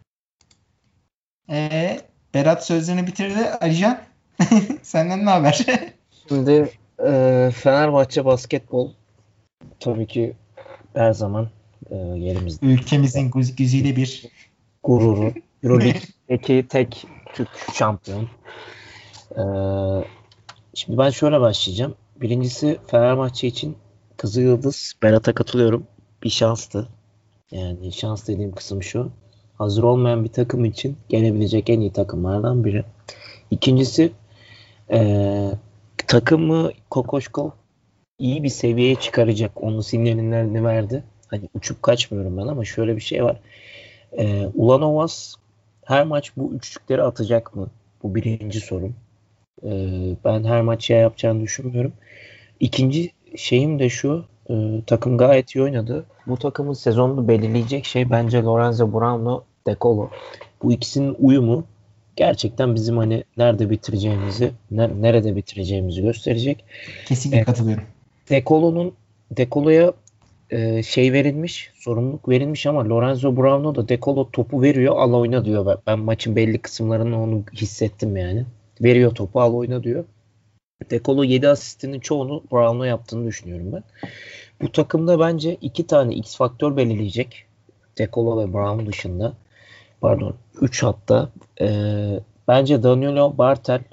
S1: Berat sözlerini bitirdi. Alican senden ne haber?
S3: Şimdi Fenerbahçe basketbol tabii ki her zaman yerimizde.
S1: Ülkemizin güzide bir
S3: Gururu. Euroleague'deki tek Türk şampiyon. Şimdi ben şöyle başlayacağım. Birincisi Fenerbahçe için Kızıl Yıldız. Berat'a katılıyorum. Bir şanstı. Yani şans dediğim kısım şu. Hazır olmayan bir takım için gelebilecek en iyi takımlardan biri. İkincisi takımı Kokoşkov iyi bir seviyeye çıkaracak. Onun sinyallerini verdi. Hani uçup kaçmıyorum ben ama şöyle bir şey var. Ulanovas her maç bu üçlükleri atacak mı? Bu birinci sorum. Ben her maç şey yapacağını düşünmüyorum. İkinci şeyim de şu. Takım gayet iyi oynadı. Bu takımın sezonunu belirleyecek şey bence Lorenzo Brown'la De Colo. Bu ikisinin uyumu gerçekten bizim hani nerede bitireceğimizi, nerede bitireceğimizi gösterecek.
S1: Kesinlikle katılıyorum.
S3: De Colo'ya şey verilmiş, sorumluluk verilmiş ama Lorenzo Brown'a da De Colo topu veriyor, al oyna diyor. Ben maçın belli kısımlarında onu hissettim yani. Veriyor topu, al oyna diyor. De Colo 7 asistinin çoğunu Brown'a yaptığını düşünüyorum ben. Bu takımda bence 2 tane X faktör belirleyecek. De Colo ve Brown dışında. Pardon, 3 hatta. Bence Danilo Bartel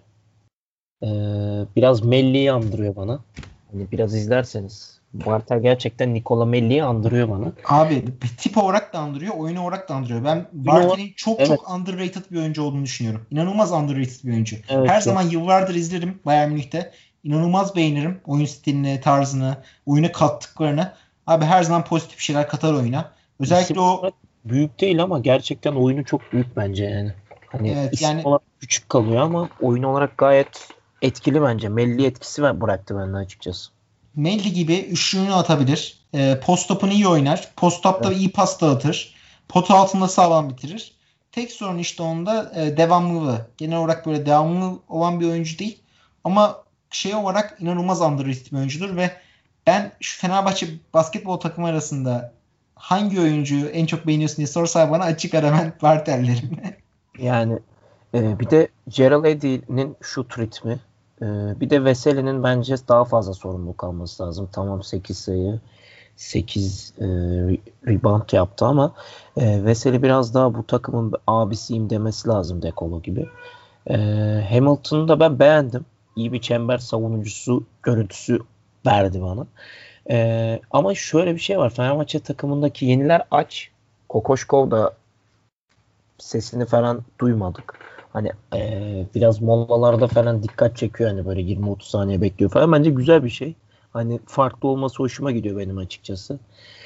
S3: biraz Melli'yi andırıyor bana. Hani biraz izlerseniz. Bartel gerçekten Nikola Melli'yi andırıyor bana.
S1: Abi tip olarak da andırıyor, oyun olarak da andırıyor. Ben Bartel'in çok underrated bir oyuncu olduğunu düşünüyorum. İnanılmaz underrated bir oyuncu. Evet, her zaman yıllardır izlerim Bayern Münih'te. İnanılmaz beğenirim oyun stilini, tarzını, oyuna kattıklarını. Abi her zaman pozitif şeyler katar oyuna. Özellikle o
S3: büyük değil ama gerçekten oyunu çok büyük bence yani. Hani evet, yani olarak küçük kalıyor ama oyun olarak gayet etkili bence. Melli etkisi bıraktı bende açıkçası.
S1: Melli gibi üçlüğünü atabilir. Post-up'ını iyi oynar. Post-up'ta iyi pas dağıtır. Pot altında sağlam bitirir. Tek sorun işte onda devamlılığı. Genel olarak böyle devamlı olan bir oyuncu değil. Ama şey olarak inanılmaz underrated bir oyuncudur ve ben şu Fenerbahçe basketbol takımı arasında hangi oyuncuyu en çok beğeniyorsun diye sorsa bana açık ara ben Bartel derim.
S3: Yani bir de Gerald Eddy'nin şut ritmi, bir de Veseli'nin bence daha fazla sorumluluk alması lazım. Tamam 8 sayı, 8 rebound yaptı ama Veseli biraz daha bu takımın abisiyim demesi lazım De Colo gibi. Hamilton'ı da ben beğendim. İyi bir çember savunucusu görüntüsü verdi bana. Ama şöyle bir şey var. Fenerbahçe takımındaki yeniler aç. Kokoşkov da sesini falan duymadık. Hani biraz molalarda falan dikkat çekiyor. Hani böyle 20-30 saniye bekliyor falan. Bence güzel bir şey. Hani farklı olması hoşuma gidiyor benim açıkçası.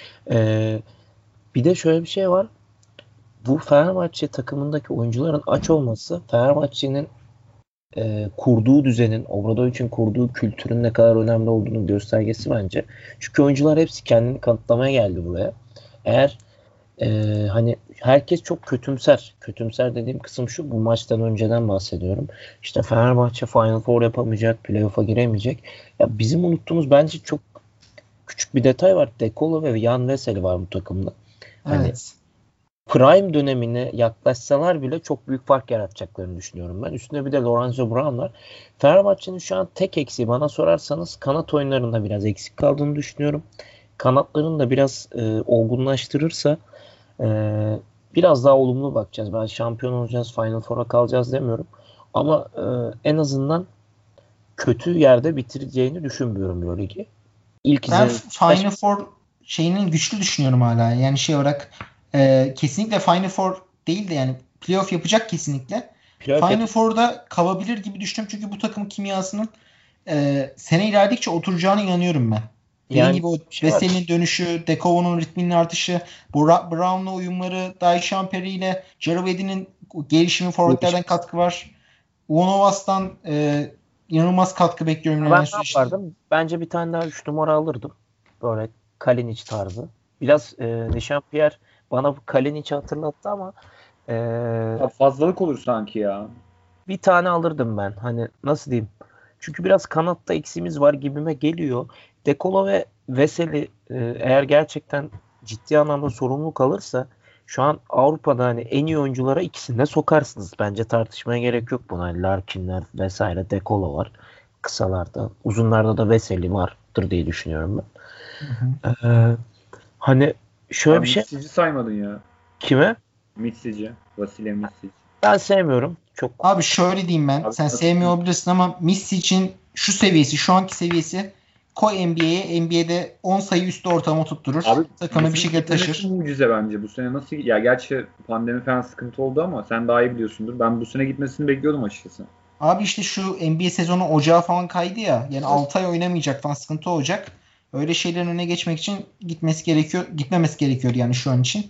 S3: Bir de şöyle bir şey var. Bu Fenerbahçe takımındaki oyuncuların aç olması Fenerbahçe'nin kurduğu düzenin, Obradovic'in kurduğu kültürün ne kadar önemli olduğunu göstergesi bence. Çünkü oyuncular hepsi kendini kanıtlamaya geldi buraya. Eğer hani herkes çok kötümser. Kötümser dediğim kısım şu, bu maçtan önceden bahsediyorum. İşte Fenerbahçe Final Four yapamayacak, playoff'a giremeyecek. Ya bizim unuttuğumuz bence çok küçük bir detay var. De Colo ve Jan Veseli var bu takımda. Hani
S1: Evet.
S3: prime dönemine yaklaşsalar bile çok büyük fark yaratacaklarını düşünüyorum ben. Üstüne bir de Lorenzo Brown var. Fenerbahçe'nin şu an tek eksiği bana sorarsanız kanat oyunlarında biraz eksik kaldığını düşünüyorum. Kanatlarını da biraz olgunlaştırırsa biraz daha olumlu bakacağız. Ben şampiyon olacağız, Final Four'a kalacağız demiyorum. Ama en azından kötü yerde bitireceğini düşünmüyorum bu ligi.
S1: Ben Final Four şeyinin güçlü düşünüyorum hala. Yani şey olarak kesinlikle Final Four değil de yani playoff yapacak kesinlikle. Final Four'da kalabilir gibi düşünüyorum. Çünkü bu takım kimyasının sene ilerledikçe oturacağına inanıyorum ben. Dediğim
S3: Yani
S1: gibi o Veseli'nin dönüşü, Dekova'nın ritminin artışı, Brown'la uyumları, Daishan Perry ile Jarovedi'nin gelişimi, forvetlerden katkı var. Uonovas'tan inanılmaz katkı bekliyorum.
S3: Ben ne yapardım? Bence bir tane daha 3 numara alırdım. Böyle Kalinic tarzı. Biraz Nişanpierre bana Kalinic'i hatırlattı ama
S2: Fazlalık olur sanki ya.
S3: bir tane alırdım ben. Hani nasıl diyeyim? Çünkü biraz kanatta eksiğimiz var gibime geliyor. De Colo ve Veseli eğer gerçekten ciddi anlamda sorumluluk alırsa şu an Avrupa'da hani en iyi oyunculara ikisini de sokarsınız. Bence tartışmaya gerek yok buna. Hani Larkinler vesaire, De Colo var kısalarda. Uzunlarda da Veseli vardır diye düşünüyorum ben. Hani şöyle bir şey.
S2: Mitsic'i saymadın ya.
S3: Kime?
S2: Mitsic'i. Vasilya Mitsic.
S3: Ben sevmiyorum. Çok.
S1: Abi şöyle diyeyim ben.
S2: Abi,
S1: sen sevmiyor olabilirsin ama Missic'in şu seviyesi, şu anki seviyesi koy NBA'ye. NBA'de 10 sayı üstü ortalama tutturur.
S2: Abi,
S1: takımı bir şekilde taşır.
S2: Mucize bence. Bu sene nasıl... Ya gerçi pandemi falan sıkıntı oldu ama sen daha iyi biliyorsundur. Ben bu sene gitmesini bekliyordum açıkçası.
S1: Abi işte şu NBA sezonu ocağa falan kaydı ya. Yani 6 ay oynamayacak falan, sıkıntı olacak. Öyle şeylerin önüne geçmek için gitmemesi gerekiyor yani şu an için.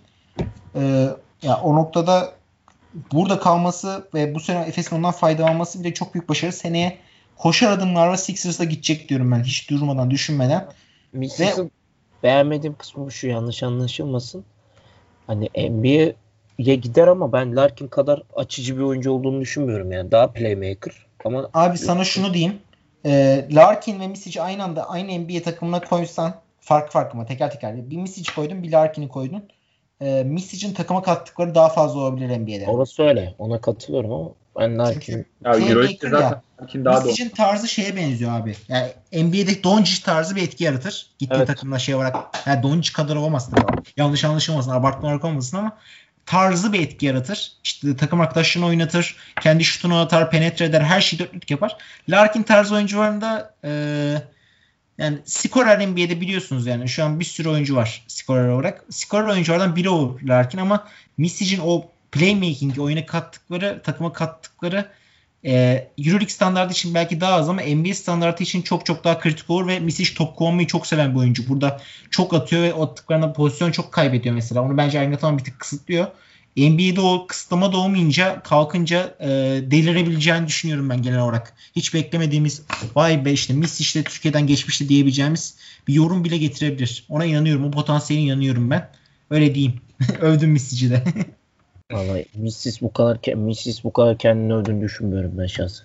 S1: Ya o noktada burada kalması ve bu sene Efes'in ondan faydalanması bile çok büyük başarı. Seneye koşar adımlarla Sixers'a gidecek diyorum ben. Hiç durmadan, düşünmeden.
S3: Missis'in beğenmediğim kısmı şu, yanlış anlaşılmasın. Hani NBA'ye gider ama ben Larkin kadar açıcı bir oyuncu olduğunu düşünmüyorum yani. Daha playmaker ama
S1: abi sana şunu diyeyim. Larkin ve Misic'i aynı anda aynı NBA takımına koysan farklı ama teker teker. Bir Misic koydun, bir Larkin'i koydun. Misic'in takıma kattıkları daha fazla olabilir NBA'de.
S3: Orası öyle. Ona katılıyorum ama ben Larkin...
S2: Euroleague'de zaten Larkin daha
S1: Misic'in tarzı şeye benziyor abi. Yani NBA'deki Doncic tarzı bir etki yaratır. Gittiği takımda şey olarak. Yani Doncic kadar olamaz tabii. Yanlış anlaşılmasın, abartma olarak olmasın ama tarzı bir etki yaratır. İşte takım arkadaşlarını oynatır. Kendi şutunu atar, penetre eder. Her şeyi dörtlük yapar. Larkin tarzı oyuncularında yani skorer NBA'de biliyorsunuz yani. Şu an bir sürü oyuncu var skorer olarak. Skorer oyunculardan biri o Larkin ama Misic'in o playmaking'i, oyuna kattıkları, takıma kattıkları Euroleague standartı için belki daha az ama NBA standartı için çok çok daha kritik olur ve Misic top kullanmayı çok seven bir oyuncu. Burada çok atıyor ve o attıklarında pozisyon çok kaybediyor mesela. Onu bence Ergin bir tık kısıtlıyor. NBA'de o kısıtlama da olmayınca, kalkınca delirebileceğini düşünüyorum ben genel olarak. Hiç beklemediğimiz, vay be işte Misic de Türkiye'den geçmişti diyebileceğimiz bir yorum bile getirebilir. Ona inanıyorum. O potansiyeline inanıyorum ben. Öyle diyeyim. Övdüm Misic'i de.
S3: Vallahi Missis bu kadar kendini övdüğünü düşünmüyorum ben şahsen.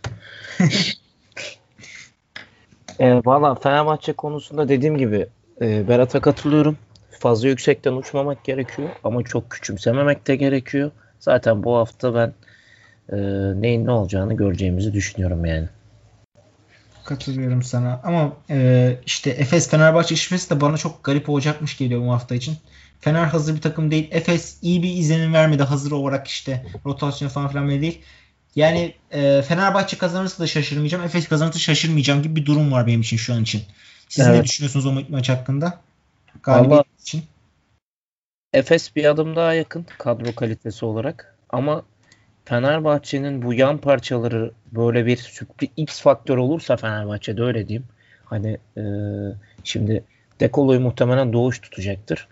S3: Valla Fenerbahçe konusunda dediğim gibi Berat'a katılıyorum. Fazla yüksekten uçmamak gerekiyor ama çok küçümsememek de gerekiyor. Zaten bu hafta ben neyin ne olacağını göreceğimizi düşünüyorum yani.
S1: Katılıyorum sana ama işte Efes Fenerbahçe eşleşmesi de bana çok garip olacakmış geliyor bu hafta için. Fener hazır bir takım değil. Efes iyi bir izlenim vermedi hazır olarak, işte rotasyon falan filan böyle değil. Yani Fenerbahçe kazanırsa da şaşırmayacağım. Efes kazanırsa şaşırmayacağım gibi bir durum var benim için şu an için. Siz ne düşünüyorsunuz o maç hakkında? Galibiyet için.
S3: Efes bir adım daha yakın kadro kalitesi olarak ama Fenerbahçe'nin bu yan parçaları böyle bir sürpriz X faktör olursa Fenerbahçe'de, öyle diyeyim. Hani şimdi Dekolo'yu muhtemelen Doğuş tutacaktır.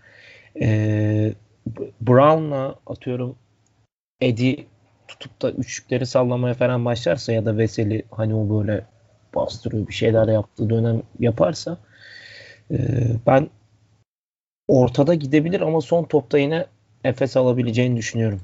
S3: Brown'la atıyorum Eddie tutup da üçlükleri sallamaya falan başlarsa ya da Veseli hani o böyle bastırıyor bir şeyler yaptığı dönem yaparsa ben ortada gidebilir ama son topta yine Efes alabileceğini düşünüyorum.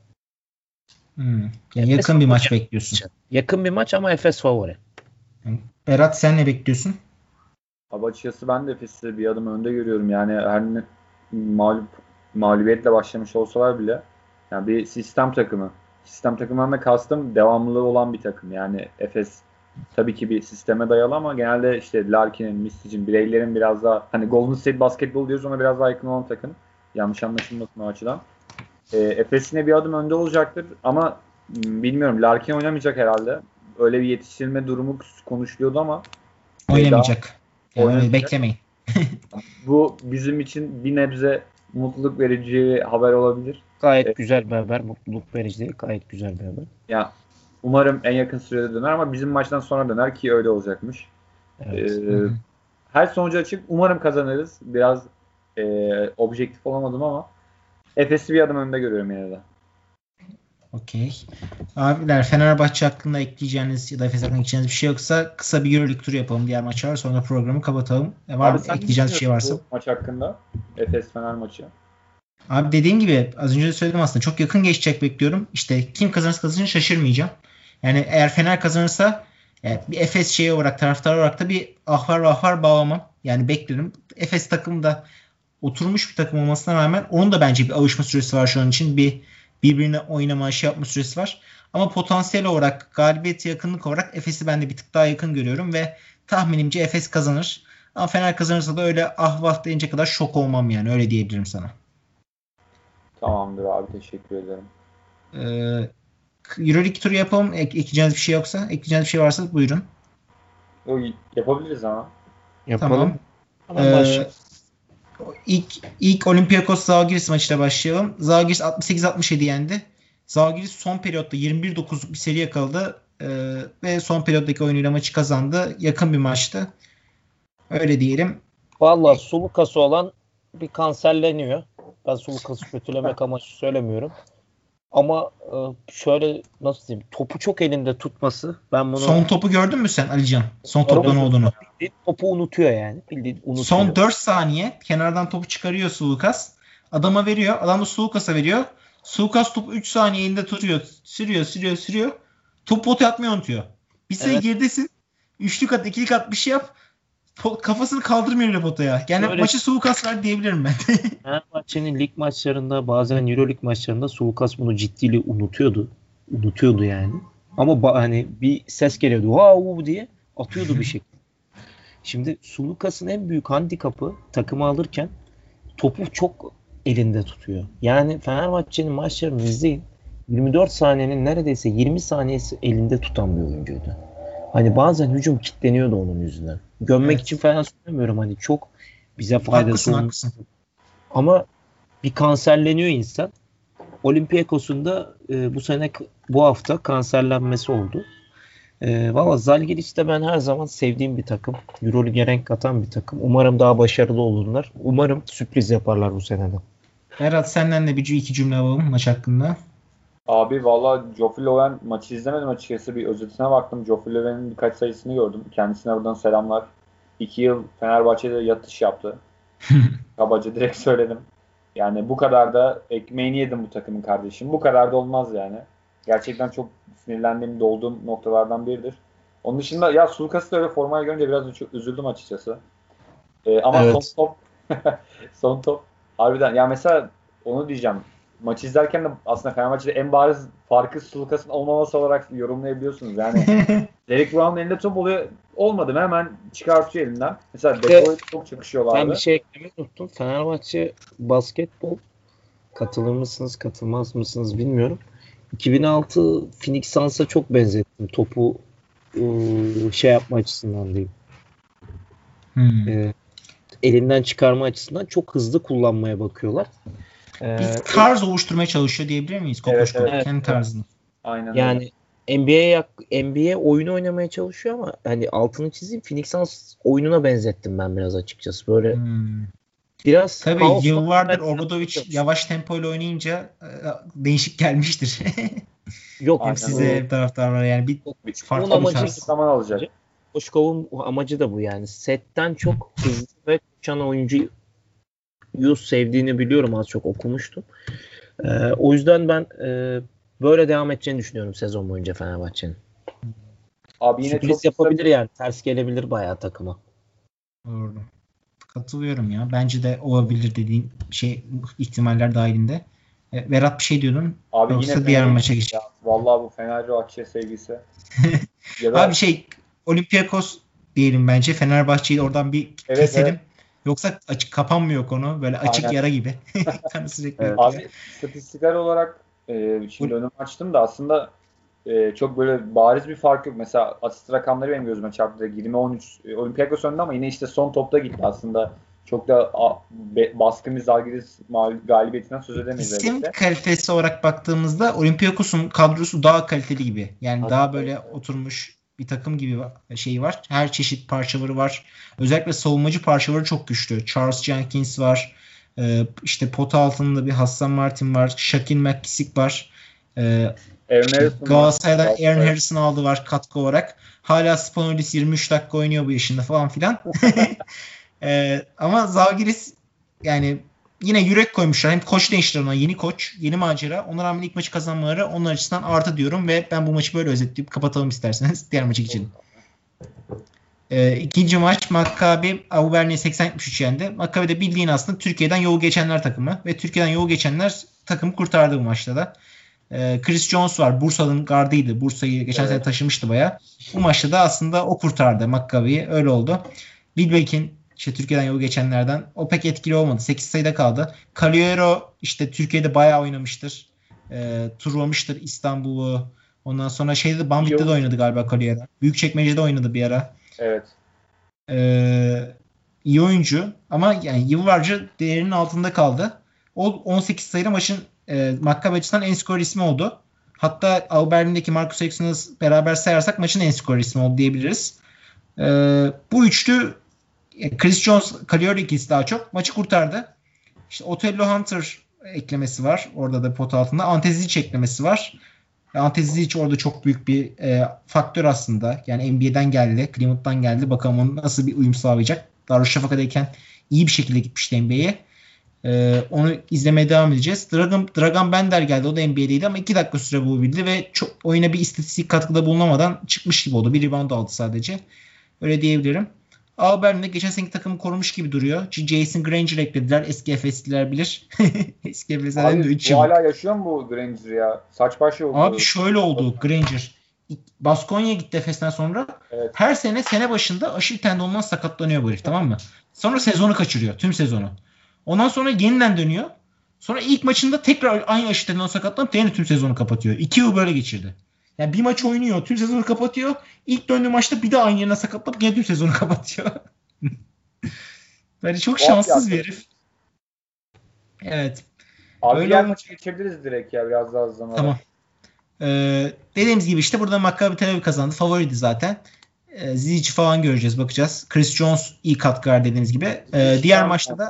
S1: Yani yakın bir maç bekliyorsun.
S3: Yakın bir maç ama Efes favori.
S1: Berat sen ne bekliyorsun?
S2: Abi açıkçası ben de Efes'i bir adım önde görüyorum. Yani her ne mağlubiyetle başlamış olsalar bile yani bir sistem takımı. Sistem takımından da kastım devamlılığı olan bir takım. Yani Efes tabii ki bir sisteme dayalı ama genelde işte Larkin'in, Mistic'in, bireylerin biraz daha hani Golden State basketbol diyoruz ona biraz daha yakın olan takım. Yanlış anlaşılmasın o açıdan. Efes yine bir adım önde olacaktır ama bilmiyorum Larkin oynamayacak herhalde. Öyle bir yetiştirilme durumu konuşuluyordu ama
S1: oynamayacak. Yani
S2: oynayacak.
S1: Beklemeyin.
S2: Bu bizim için bir nebze mutluluk verici bir haber olabilir.
S3: Gayet güzel bir haber. Mutluluk verici değil. Gayet güzel bir haber.
S2: Ya umarım en yakın sürede döner ama bizim maçtan sonra döner ki öyle olacakmış.
S3: Evet.
S2: Her sonucu açık. Umarım kazanırız. Biraz objektif olamadım ama Efes'i bir adım önde görüyorum yine de.
S1: Okey. Abiler Fenerbahçe hakkında ekleyeceğiniz ya da Efes hakkında ekleyeceğiniz bir şey yoksa kısa bir Euroleague turu yapalım diğer maçlar sonra programı kapatalım. Var mı ekleyeceğiniz bir şey varsa?
S2: Bu maç hakkında Efes Fener maçı.
S1: Abi dediğim gibi az önce de söyledim aslında çok yakın geçecek bekliyorum. İşte kim kazanırsa şaşırmayacağım. Yani eğer Fener kazanırsa bir Efes şeyi olarak taraftar olarak da bir ahvar bağlamam. Yani beklerim. Efes takımı da oturmuş bir takım olmasına rağmen onun da bence bir alışma süresi var şu an için. Birbirine oynama şey yapma süresi var. Ama potansiyel olarak galibiyete yakınlık olarak Efes'i ben de bir tık daha yakın görüyorum ve tahminimce Efes kazanır. Ama Fener kazanırsa da öyle vah deyince kadar şok olmam yani öyle diyebilirim sana.
S2: Tamamdır abi teşekkür ederim.
S1: Euroleague turu yapalım. Ekleyeceğiniz bir şey yoksa. Ekleyeceğiniz bir şey varsa buyurun.
S2: Yapabiliriz ama.
S3: Yapalım.
S1: Tamam. İlk Olympiakos Zalgiris maçıyla başlayalım. Zalgiris 68-67 yendi. Zalgiris son periyotta 21-9'luk bir seri yakaladı. Ve son periyottaki oyunuyla maçı kazandı. Yakın bir maçtı. Öyle diyelim.
S3: Vallahi Sulukası olan bir kanserleniyor. Ben Sulukası kötülemek amaçlı söylemiyorum. Ama şöyle nasıl diyeyim topu çok elinde tutması ben bunu...
S1: Son topu gördün mü sen Alican? Son topta ne olduğunu.
S3: Topu unutuyor yani. Bildiğin unutuyor.
S1: Son 4 saniye kenardan topu çıkarıyor Sulukas. Adama veriyor. Adam da Sulukas'a veriyor. Sulukas topu 3 saniye elinde tutuyor. Sürüyor. Top potaya atmayı unutuyor. Bir sayı geridesin. Üçlük at, ikilik at bir şey yap. Kafasını kaldırmıyor öyle potaya. Yani öyle. Maçı Sulukas ver diyebilirim ben.
S3: Fenerbahçe'nin lig maçlarında bazen Euroleague maçlarında Sulukas bunu ciddiyle unutuyordu yani. Ama hani bir ses geliyordu. Wow diye atıyordu bir şekilde. Şimdi Sulukas'ın en büyük handikapı takımı alırken topu çok elinde tutuyor. Yani Fenerbahçe'nin maçlarını izleyin. 24 saniyenin neredeyse 20 saniyesi elinde tutan bir oyuncuydu. Hani bazen hücum kilitleniyordu onun yüzünden. Gömmek için falan söylemiyorum. Hani çok bize faydası
S1: haklısın.
S3: Ama bir kanserleniyor insan. Olympiakos'un da bu hafta kanserlenmesi oldu. Valla Zalgiris'te ben her zaman sevdiğim bir takım. Euroleague'e renk katan bir takım. Umarım daha başarılı olurlar. Umarım sürpriz yaparlar bu senede.
S1: Berat senden de iki cümle alalım maç hakkında.
S2: Abi valla Joffrey Löwen maçı izlemedim açıkçası. Bir özetine baktım. Joffrey Löwen'in birkaç sayısını gördüm. Kendisine buradan selamlar. 2 yıl Fenerbahçe'de yatış yaptı. Kabaca direkt söyledim. Yani bu kadar da ekmeğini yedim bu takımın kardeşim. Bu kadar da olmaz yani. Gerçekten çok sinirlendiğim, dolduğum noktalardan biridir. Onun dışında ya Sulukas'ı da öyle formaya görünce biraz çok üzüldüm açıkçası. Ama evet. Son top harbiden ya mesela onu diyeceğim. Maçı izlerken de aslında Fenerbahçe'de en bariz farkı Sulukas'ın olmaması olarak yorumlayabiliyorsunuz. Yani Derek Brown'un elinde top oluyor. Olmadı mı hemen çıkartıyor elinden. Mesela Deko'ya çok çakışıyorlardı.
S3: Ben bir şey eklemeyi unuttum. Fenerbahçe basketbol katılır mısınız, katılmaz mısınız bilmiyorum. 2006 Phoenix Suns'a çok benzettim. Topu yapma açısından diyeyim. Elinden çıkarma açısından çok hızlı kullanmaya bakıyorlar.
S1: Bir tarz oluşturmaya çalışıyor diyebilir miyiz?
S2: Evet.
S1: Kendi tarzını.
S2: Aynen
S3: yani
S2: öyle.
S3: NBA oyunu oynamaya çalışıyor ama hani altını çizeyim, Phoenix Suns oyununa benzettim ben biraz açıkçası. Böyle biraz
S1: Tabii
S3: kaos.
S1: yıllardır Obradovic yavaş tempoyla oynayınca değişik gelmiştir.
S3: Yok
S1: Hem size hem taraftarlara yani bir farklı bir tarz.
S2: Zaman alacak.
S3: Koşkov'un amacı da bu yani. Setten çok hızlı ve koşan oyuncuyu sevdiğini biliyorum, az çok okumuştum. O yüzden ben böyle devam edeceğini düşünüyorum sezon boyunca Fenerbahçe'nin.
S2: Abi yine
S3: sürpriz
S2: çok
S3: yapabilir yani. Ters gelebilir bayağı takıma.
S1: Doğru. Katılıyorum ya. Bence de olabilir dediğin ihtimaller dahilinde. Berat bir şey diyordun.
S2: Abi
S1: Yoksa
S2: yine
S1: diğer maça geç.
S2: Vallahi bu Fenerbahçe sevgisi.
S1: Abi Olympiakos diyelim bence. Fenerbahçe'yi oradan bir keselim.
S2: Evet.
S1: Yoksa açık kapanmıyor konu. Böyle açık yara gibi. Kanı sürekli
S3: Evet.
S2: Abi statistikler olarak şimdi önümü açtım da aslında çok böyle bariz bir fark yok. Mesela asist rakamları benim gözüme çarptı. 20-13 Olympiakos önde ama yine işte son topta gitti aslında. Çok da baskın bir Zalgiris galibiyetinden söz edemeyiz.
S1: İsim kalitesi olarak baktığımızda Olympiakos'un kadrosu daha kaliteli gibi. Yani daha böyle oturmuş bir takım gibi şey var. Her çeşit parçaları var. Özellikle savunmacı parçaları çok güçlü. Charles Jenkins var. İşte pota altında bir Hassan Martin var. Shaquille McKissick var. Galatasaray'dan Aaron Harrison aldı var katkı olarak. Hala Spanoulis 23 dakika oynuyor bu yaşında falan filan. Ama Zalgiris yani yine yürek koymuşlar. Hem koç değiştirdiler ona. Yeni koç, yeni macera. Ona rağmen ilk maçı kazanmaları onlar açısından artı diyorum ve ben bu maçı böyle özetleyip kapatalım isterseniz. Diğer maça geçelim. İkinci maç Maccabi Auvergne'yi 80-73 yendi. Maccabi de bildiğin aslında Türkiye'den yolu geçenler takımı ve Türkiye'den yolu geçenler takımı kurtardı bu maçta da. Chris Jones var. Bursa'nın gardıydı. Bursa'yı geçen sene taşımıştı bayağı. Bu maçta da aslında o kurtardı Maccabi'yi. Öyle oldu. Wilbeck'in Türkiye'den yolu geçenlerden o pek etkili olmadı. 8 sayıda kaldı. Caliero Türkiye'de bayağı oynamıştır. Turlamıştır İstanbul'u. Ondan sonra Banvit'te de oynadı galiba Caliero. Büyükçekmece'de oynadı bir ara.
S2: Evet.
S1: İyi oyuncu ama yani yıllarca değerinin altında kaldı. O 18 sayıda maçın Maccabi açısından en skor ismi oldu. Hatta Auvergne'deki Marcus Erickson'ı beraber sayarsak maçın en skor ismi oldu diyebiliriz. Bu üçlü Chris Jones, Caliero ikisi daha çok maçı kurtardı. İşte Otello Hunter eklemesi var. Orada da pot altında. Ante Zizic eklemesi var. Ante Zizic orada çok büyük bir faktör aslında. Yani NBA'den geldi. Cleveland'dan geldi. Bakalım onun nasıl bir uyum sağlayacak. Darüşşafaka'dayken iyi bir şekilde gitmişti NBA'ye. Onu izlemeye devam edeceğiz. Dragan Bender geldi. O da NBA'deydi ama 2 dakika süre bulabildi ve çok oyuna bir istatistik katkıda bulunamadan çıkmış gibi oldu. Bir rebound aldı sadece. Öyle diyebilirim. Auburn'da geçen seneki takımı korumuş gibi duruyor. Jason Granger eklediler. Eski Efesliler bilir. Eski Efeslilerden de 3 yıl.
S2: Hala yaşıyor mu bu Granger ya? Saç başı oldu.
S1: Abi şöyle oldu Granger. Baskonya'ya gitti Efes'ten sonra.
S2: Evet.
S1: Her sene başında Aşil tendonundan sakatlanıyor bu herif, tamam mı? Sonra sezonu kaçırıyor. Tüm sezonu. Ondan sonra yeniden dönüyor. Sonra ilk maçında tekrar aynı Aşil tendonundan sakatlanıp yine tüm sezonu kapatıyor. 2 yıl böyle geçirdi. Yani bir maç oynuyor. Tüm sezonu kapatıyor. İlk döndüğü maçta bir daha aynı yerine sakatlanıp yine tüm sezonu kapatıyor. Böyle çok şanssız bir herif. Evet.
S2: Abi diğer maçı geçebiliriz direkt ya biraz daha hızlı.
S1: Tamam. Dediğimiz gibi burada Maccabi Tel Aviv kazandı. Favoriydi zaten. Zizic falan göreceğiz. Bakacağız. Chris Jones iyi katkı var dediğimiz gibi. Diğer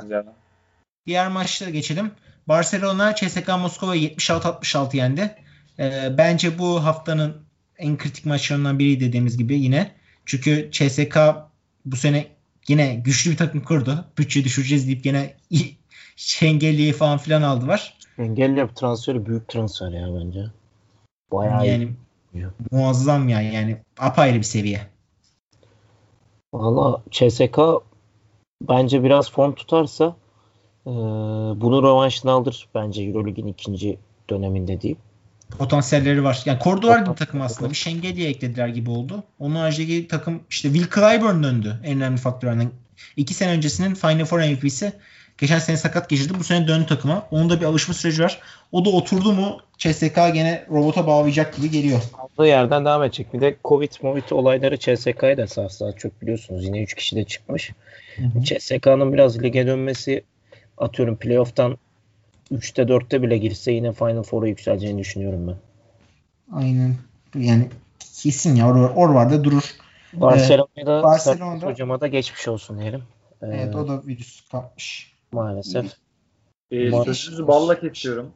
S1: maçta geçelim. Barcelona CSKA Moskova'yı 76-66 yendi. Bence bu haftanın en kritik maçlarından biri dediğimiz gibi yine. Çünkü CSKA bu sene yine güçlü bir takım kurdu. Bütçe düşüreceğiz deyip yine Şengeli'yi falan filan aldılar.
S3: Şengeli transferi büyük transfer ya bence. Bayağı
S1: yani iyi. Muazzam yani apayrı bir seviye.
S3: Valla CSKA bence biraz form tutarsa bunu rövanşını alır bence Euroleague'in ikinci döneminde diyeyim.
S1: Potansiyelleri var. Yani Cordovar gibi takım aslında. Bir Şengeli'ye eklediler gibi oldu. Onun haricindeki takım Will Clyburn döndü en önemli faktörlerden. 2 sene öncesinin Final Four MVP'si. Geçen sene sakat geçirdi. Bu sene döndü takıma. Onun da bir alışma süreci var. O da oturdu mu CSKA gene robota bağlayacak gibi geliyor.
S3: Aldığı yerden devam edecek. Bir de Covid olayları CSK'ya da sağ çok biliyorsunuz. Yine 3 kişi de çıkmış. CSK'nın biraz lige dönmesi, atıyorum playoff'tan 3'te 4'te bile girse yine Final Four'a yükseleceğini düşünüyorum ben.
S1: Aynen. Yani kesin ya Orvar'da durur.
S3: Barcelona'da hocama da geçmiş olsun diyelim.
S1: Evet, o da virüs kapmış.
S3: Maalesef.
S2: Sözünüzü balla kesiyorum.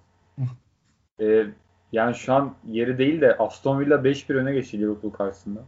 S2: Yani şu an yeri değil de Aston Villa 5-1 öne geçti Liverpool karşısında.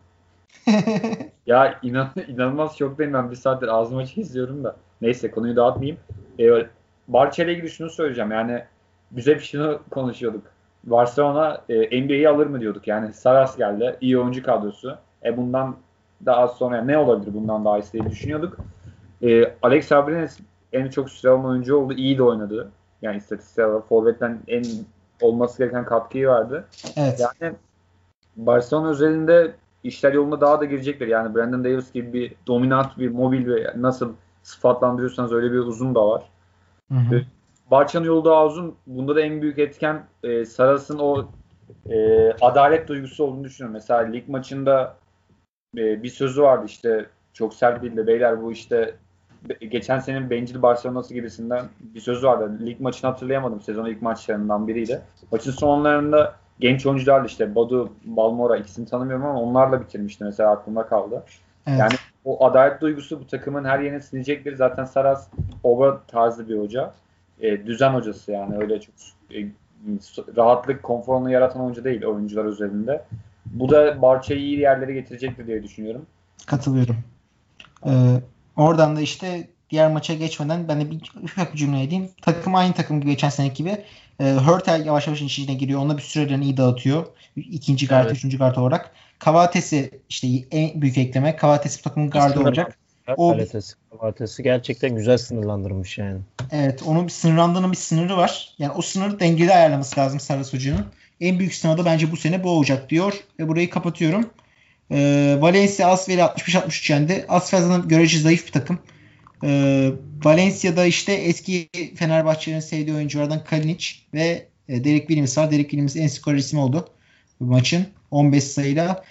S2: Ya inanılmaz şoktayım, ben bir saattir ağzım açık izliyorum da. Neyse, konuyu dağıtmayayım. Barça ile ilgili şunu söyleyeceğim. Yani biz hep şunu konuşuyorduk. Barcelona NBA'yi alır mı diyorduk. Yani Saras geldi. İyi oyuncu kadrosu. Bundan daha sonra ne olabilir bundan daha iyisi diye düşünüyorduk. Alex Abrines en çok süre alan oyuncu oldu. İyi de oynadı. Yani istatistiksel olarak forvetten en olması gereken katkıyı verdi.
S1: Evet.
S2: Yani Barcelona özelinde işler yoluna daha da girecektir. Yani Brandon Davies gibi bir dominant, bir mobil ve nasıl sıfatlandırıyorsanız öyle bir uzun da var.
S1: Hı.
S2: Barça'nın yolu daha uzun. Bunda da en büyük etken Saras'ın o adalet duygusu olduğunu düşünüyorum. Mesela lig maçında bir sözü vardı, işte çok sert değil de beyler bu işte geçen senenin bencil Barcelona'sı gibisinden bir sözü vardı. Lig maçını hatırlayamadım. Sezonun ilk maçlarından biriydi. Maçın sonlarında genç oyuncularla işte Badu, Balmora, ikisini tanımıyorum ama onlarla bitirmişti mesela, aklımda kaldı.
S1: Evet.
S2: Yani o adalet duygusu bu takımın her yerine sinecektir. Zaten Saras Ova tarzı bir hoca. Düzen hocası yani, öyle çok rahatlık, konforunu yaratan oyuncu değil oyuncular özelinde. Bu da Barça'yı iyi yerlere getirecektir diye düşünüyorum.
S1: Katılıyorum. Oradan da işte diğer maça geçmeden ben de bir cümle edeyim. Takım aynı takım gibi, geçen seneki gibi. Hurtel yavaş yavaş içine giriyor. Onunla bir sürelerini iyi dağıtıyor. İkinci guard,
S3: Evet.
S1: Üçüncü guard olarak. Kavatesi işte en büyük ekleme. Kavatesi takımın gardı olacak.
S3: Kavatesi gerçekten güzel sınırlandırmış yani.
S1: Evet, onun bir sınırlandığının bir sınırı var. Yani o sınırı dengeli ayarlaması lazım Saras Hoca'nın. En büyük sınavı da bence bu sene bu olacak diyor. Ve burayı kapatıyorum. Valencia Asvel'i 65-63 yendi. Asvel zaten görece zayıf bir takım. Valencia'da işte eski Fenerbahçe'nin sevdiği oyunculardan Kalinic ve Derek Williams var. Derek Williams en skor ismi oldu bu maçın. 15 sayıyla.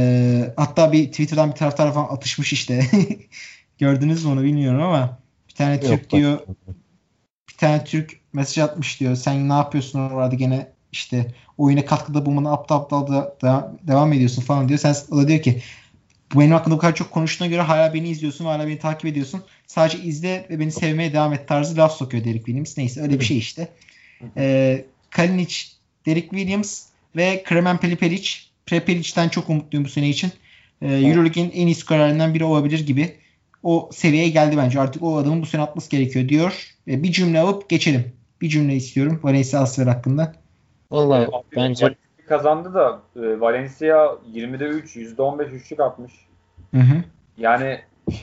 S1: Hatta bir Twitter'dan bir taraftar falan atışmış işte. Gördünüz mü onu bilmiyorum ama bir tane Türk diyor, bir tane Türk mesaj atmış diyor. Sen ne yapıyorsun orada gene işte oyuna katkıda bulmana aptal da devam ediyorsun falan diyor. O da diyor ki bu benim hakkında bu kadar çok konuştuğuna göre hala beni izliyorsun, hala beni takip ediyorsun. Sadece izle ve beni sevmeye devam et tarzı laf sokuyor Derek Williams. Neyse, öyle bir şey işte. Kalinic, Derek Williams ve Kremen Prepelic. Prepelic'ten çok umutluyum bu sene için. Euroleague'in en iyi skorerlerinden biri olabilir gibi. O seviyeye geldi bence. Artık o adamın bu sene atması gerekiyor diyor. Bir cümle alıp geçelim. Bir cümle istiyorum Valencia Asfer hakkında.
S3: Vallahi bence
S2: Valencia kazandı da Valencia 20'de 3, %15 üçlük atmış.
S1: Hı.
S2: Yani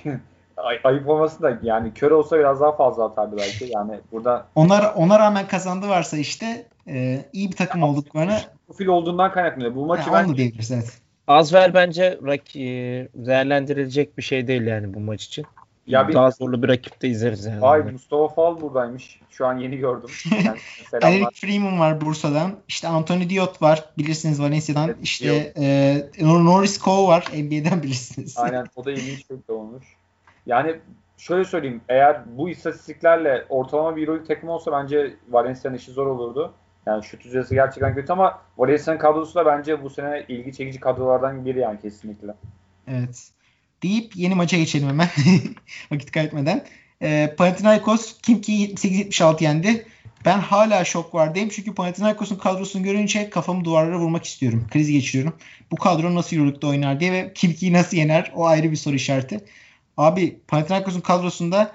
S2: ayıp olması da, yani kör olsa biraz daha fazla atardı belki. Yani burada
S1: ona rağmen kazandı varsa işte iyi bir takım olduklarını
S2: profil olduğundan kaynaklanıyor. Bu maçı
S1: onu da diyebiliriz, evet.
S3: Asvel bence değerlendirilecek bir şey değil yani bu maç için. Ya daha zorlu bir rakipte izleriz yani.
S2: Ay, Mustafa Fall buradaymış. Şu an yeni gördüm.
S1: Eric Freeman var Bursa'dan. İşte Anthony Diot var. Bilirsiniz Valencia'dan. Evet, işte Norris Cole var. NBA'den bilirsiniz.
S2: Aynen, o da ilginç bir olmuş. Yani şöyle söyleyeyim. Eğer bu istatistiklerle ortalama bir Euroleague takımı olsa bence Valencia'nın işi zor olurdu. Yani şut yüzdesi gerçekten kötü ama Valencia'nın kadrosu da bence bu sene ilgi çekici kadrolardan biri yani, kesinlikle.
S1: Evet. Deyip yeni maça geçelim hemen. Vakit kaybetmeden. Panathinaikos Khimki'yi 78-76 yendi. Ben hala şok vardayım. Çünkü Panathinaikos'un kadrosunu görünce kafamı duvarlara vurmak istiyorum. Kriz geçiriyorum. Bu kadro nasıl Euroleague'de oynar diye ve Khimki'yi nasıl yener? O ayrı bir soru işareti. Abi Panathinaikos'un kadrosunda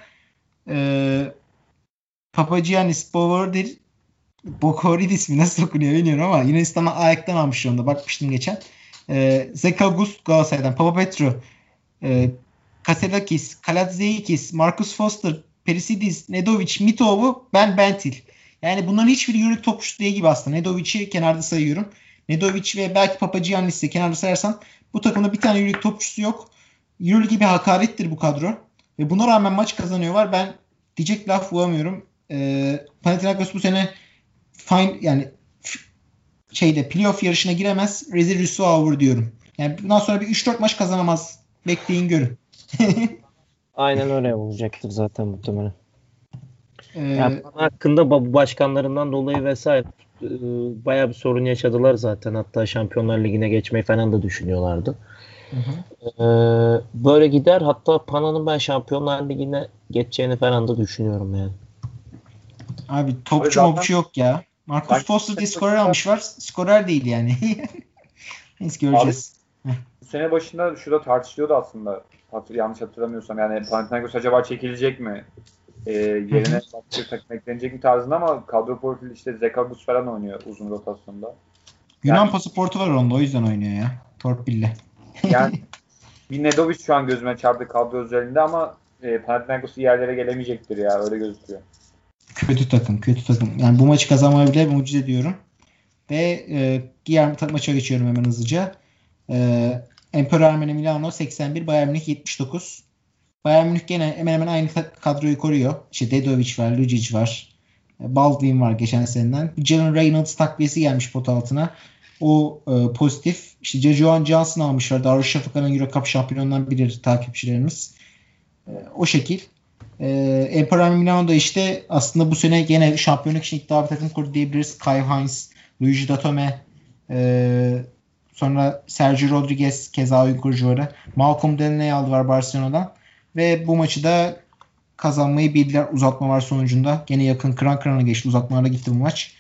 S1: Papagiannis, Bokoridis mi nasıl okunuyor bilmiyorum ama Yunanistan'dan ayaktan almış onda. Bakmıştım geçen. Zeka August Galatasaray'dan. Papapetru, Kaselakis, Kalatzeikis, Marcus Foster, Perisidis, Nedovic, Mitov'u, ben Bentil. Yani bunların hiçbiri Euroleague topçusu değil gibi aslında. Nedovic'i kenarda sayıyorum. Nedovic ve belki Papagiannis'i kenarda sayarsam bu takımda bir tane Euroleague topçusu yok. Euroleague bir hakarettir bu kadro. Ve buna rağmen maç kazanıyorlar. Ben diyecek laf bulamıyorum. Panathinaikos bu sene playoff yarışına giremez. Rezil rüsva olur diyorum. Yani bundan sonra bir 3-4 maç kazanamaz. Bekleyin görün.
S3: Aynen öyle olacaktır zaten muhtemelen. Yani hakkında başkanlarından dolayı vesaire bayağı bir sorun yaşadılar zaten. Hatta Şampiyonlar Ligi'ne geçmeyi falan da düşünüyorlardı.
S1: Hı hı.
S3: Böyle gider. Hatta Pana'nın ben Şampiyonlar Ligi'ne geçeceğini falan da düşünüyorum yani.
S1: Abi topçu
S2: zaten-
S1: mopçu yok ya. Marcus
S2: Ben-
S1: Foster diye skorer almışlar. Skorer değil yani. Neyse göreceğiz.
S2: Bu sene başında şurada tartışılıyordu aslında. Yanlış hatırlamıyorsam. Yani Panathinaikos acaba çekilecek mi? Yerine başka bir takım eklenecek mi tarzında, ama kadro profili işte Zekagus falan oynuyor uzun rotasyonda.
S1: Yunan pasaportu var onda, o yüzden oynuyor ya. Torpille.
S2: Yani bir Nedovic şu an gözüme çarptı kadro özelinde, ama Panathinaikos iyi yerlere gelemeyecektir ya, öyle gözüküyor.
S1: Kötü takım, kötü takım. Yani bu maçı kazanmayı bile mucize diyorum. Ve diğer maça geçiyorum hemen hızlıca. Emperor Armeni Milano 81, Bayern Münih 79. Bayern Münih gene hemen hemen aynı kadroyu koruyor. İşte Dedovic var, Lucic var. Baldwin var geçen seneden. Jalen Reynolds takviyesi gelmiş pot altına. O pozitif. İşte Jajuan Johnson almışlar. Darüşşafaka'nın Euro Cup şampiyonundan biri takipçilerimiz. O şekil. Emperor Milano'da işte aslında bu sene gene şampiyonluk için iddia bir takım kurdu diyebiliriz. Kai Hines, Luigi Datome, sonra Sergio Rodriguez keza oyun kurucuları. Malcolm Delaney aldılar Barcelona'dan. Ve bu maçı da kazanmayı bildiler. Uzatma var sonucunda. Gene yakın kıran kırana geçti. Uzatmalara gitti bu maç.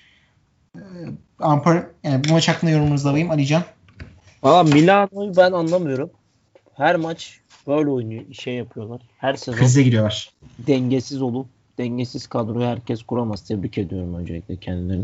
S1: Yani bu maç hakkında yorumunuzu alayım. Alican.
S3: Valla Milano'yu ben anlamıyorum. Her maç böyle oynuyor. Şey yapıyorlar. Her sezon
S1: Krize giriyorlar.
S3: dengesiz olup dengesiz kadroyu herkes kuramaz. Tebrik ediyorum öncelikle kendilerini.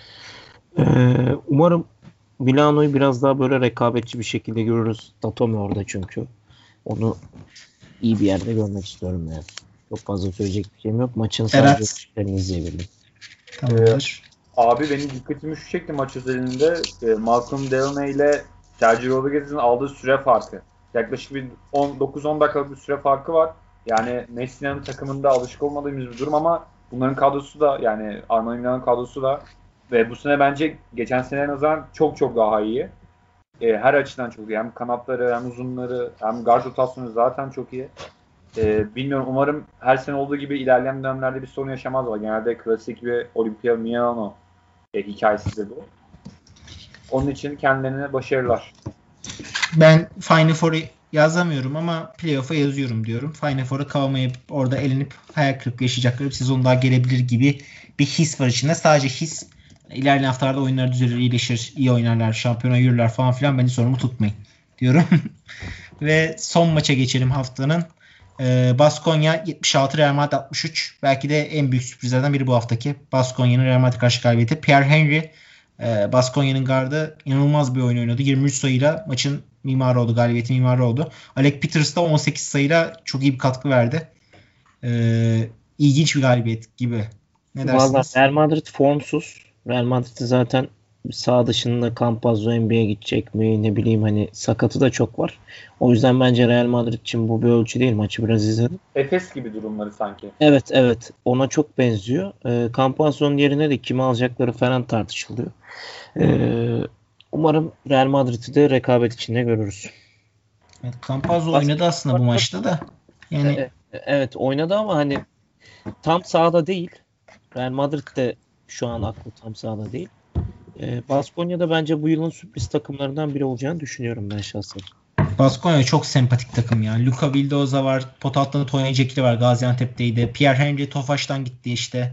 S3: Umarım Milano'yu biraz daha böyle rekabetçi bir şekilde görürüz. Datome orada çünkü. Onu iyi bir yerde görmek istiyorum yani. Çok fazla söyleyecek bir şeyim yok. Maçın sadece izleyebildim.
S1: Tamamdır.
S2: Abi benim dikkatimi şu çekti maç özelinde. Malcolm Delaney ile Sergio Rodriguez'in aldığı süre farkı. Yaklaşık bir 9-10 dakikalık bir süre farkı var. Yani Messi'nin takımında alışık olmadığımız bir durum, ama bunların kadrosu da, yani Armani Milano'nun kadrosu da ve bu sene bence geçen seneye nazaran çok çok daha iyi. Her açıdan çok iyi. Hem kanatları, hem uzunları, hem guard rotasyonu zaten çok iyi. Bilmiyorum, umarım her sene olduğu gibi ilerleyen dönemlerde bir sorun yaşamazlar. Genelde klasik bir Olimpia Milano hikayesidir bu. Onun için kendilerine başarılar.
S1: Ben Final Four'u yazamıyorum ama playoff'a yazıyorum diyorum. Final Four'u kavamayıp orada elenip hayal kırıklığı yaşayacakları bir sezon daha gelebilir gibi bir his var içinde. Sadece his. İlerleyen haftalarda oyunlar düzelir, iyileşir, iyi oynarlar, şampiyona yürürler falan filan. Beni sorumu tutmayın diyorum. Ve son maça geçelim haftanın. Baskonya 76, Real Madrid 63. Belki de en büyük sürprizlerden biri bu haftaki. Baskonya'nın Real Madrid karşı galibiyeti. Pierre Henry, Baskonya'nın gardı, inanılmaz bir oyun oynadı. 23 sayıyla maçın mimarı oldu. Galibiyetin mimarı oldu. Alec Peters da 18 sayıyla çok iyi bir katkı verdi. İlginç bir galibiyet gibi. Ne dersiniz?
S3: Valla Real Madrid formsuz. Real Madrid'i zaten sağ dışında Campazzo NBA'ye gidecek mi, ne bileyim, hani sakatı da çok var. O yüzden bence Real Madrid için bu bir ölçü değil. Maçı biraz izledim.
S2: Efes gibi durumları sanki.
S3: Evet. Ona çok benziyor. Campazzo'nun yerine de kimi alacakları falan tartışılıyor. Umarım Real Madrid'i de rekabet içinde görürüz.
S1: Evet, Campazzo oynadı aslında bu maçta da. Yani
S3: evet oynadı ama hani tam sahada değil. Real Madrid de şu an aklı tam sahada değil. Baskonya'da bence bu yılın sürpriz takımlarından biri olacağını düşünüyorum ben şahsen.
S1: Baskonya çok sempatik takım ya. Luka Vildoza var. Pot altında Tony Cekli var. Gaziantep'teydi. Pierre Henry Tofaş'tan gitti işte.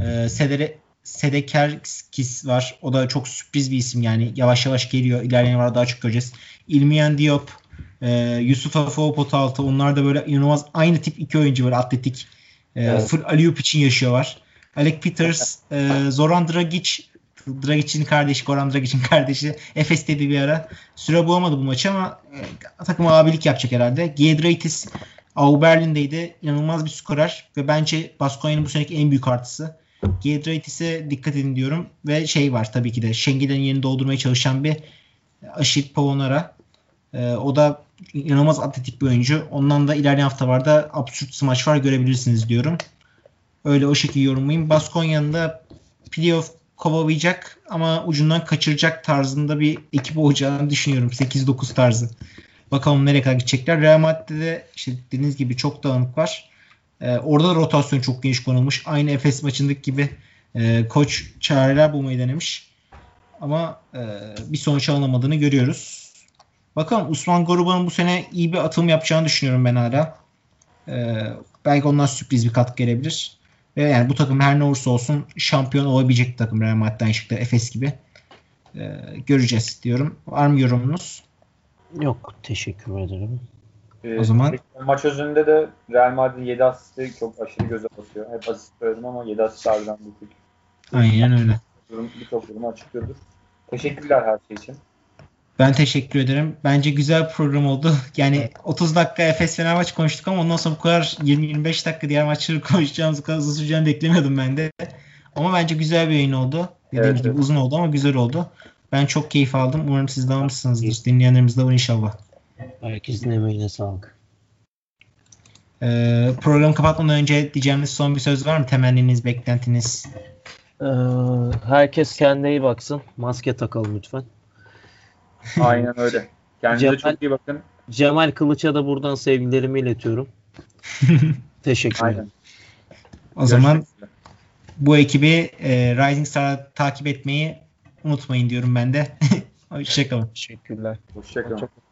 S1: Sedekerskis var. O da çok sürpriz bir isim yani. Yavaş yavaş geliyor. İlerleyen var daha çok göreceğiz. İlmiyen Diop, Yusuf Afo pot altı. Onlar da böyle inanılmaz aynı tip iki oyuncu, böyle atletik. Full alley-oop için yaşıyorlar. Alec Peters, Zoran Dragic'in kardeşi, Goran Dragic'in kardeşi Efes'teydi bir ara. Süre bulamadı bu maçı ama takıma abilik yapacak herhalde. Giedraitis Auberlin'deydi. İnanılmaz bir skorer ve bence Baskonya'nın bu seneki en büyük artısı. Giedraitis'e dikkat edin diyorum ve var tabii ki de Şengel'in yerini doldurmaya çalışan bir Aşil Pavonara. O da inanılmaz atletik bir oyuncu. Ondan da ilerleyen haftalarda absürt smaç var, görebilirsiniz diyorum. Öyle o şekilde yorumlayayım. Baskonya'nın da playoff kovalayacak ama ucundan kaçıracak tarzında bir ekip olacağını düşünüyorum. 8-9 tarzı. Bakalım nereye kadar gidecekler. Real Madrid'de de işte dediğiniz gibi çok dağınık var. Orada da rotasyon çok geniş konulmuş. Aynı Efes maçındaki gibi Koç çareler bulmayı denemiş. Ama bir sonuç alınamadığını görüyoruz. Bakalım, Usman Garuban'ın bu sene iyi bir atılım yapacağını düşünüyorum ben hala. Belki ondan sürpriz bir katkı gelebilir. Ve yani bu takım her ne olursa olsun şampiyon olabilecek takım, Real Madrid'den çıktı, Efes gibi. Göreceğiz diyorum. Var mı yorumunuz?
S3: Yok, teşekkür ederim.
S1: O zaman
S2: maç özünde de Real Madrid 7 asisti çok aşırı göze batıyor. Hep asist söyledim ama 7 asist harbiden büyük.
S1: aynen öyle.
S2: Birçok durumu açıklıyordur. Teşekkürler her şey için.
S1: Ben teşekkür ederim. Bence güzel bir program oldu. Yani 30 dakika Efes Fenerbahçe konuştuk ama ondan sonra bu kadar 20-25 dakika diğer maçları konuşacağımız, bu kadar uzun süreceğini beklemiyordum ben de. Ama bence güzel bir yayın oldu. Dediğim gibi uzun oldu ama güzel oldu. Ben çok keyif aldım. Umarım siz de almışsınızdır. Dinleyenlerimiz de var inşallah.
S3: Herkesin emeğine sağlık.
S1: Programı kapatmadan önce diyeceğimiz son bir söz var mı? Temenniniz, beklentiniz?
S3: Herkes kendine iyi baksın. Maske takalım lütfen.
S2: Aynen öyle. Kendinize çok iyi bakın.
S3: Cemal Kılıç'a da buradan sevgilerimi iletiyorum. Teşekkür ederim.
S1: O zaman bu ekibi Rising Star'ı takip etmeyi unutmayın diyorum ben de. Hoşçakalın.
S3: Teşekkürler.
S2: Hoşçakalın.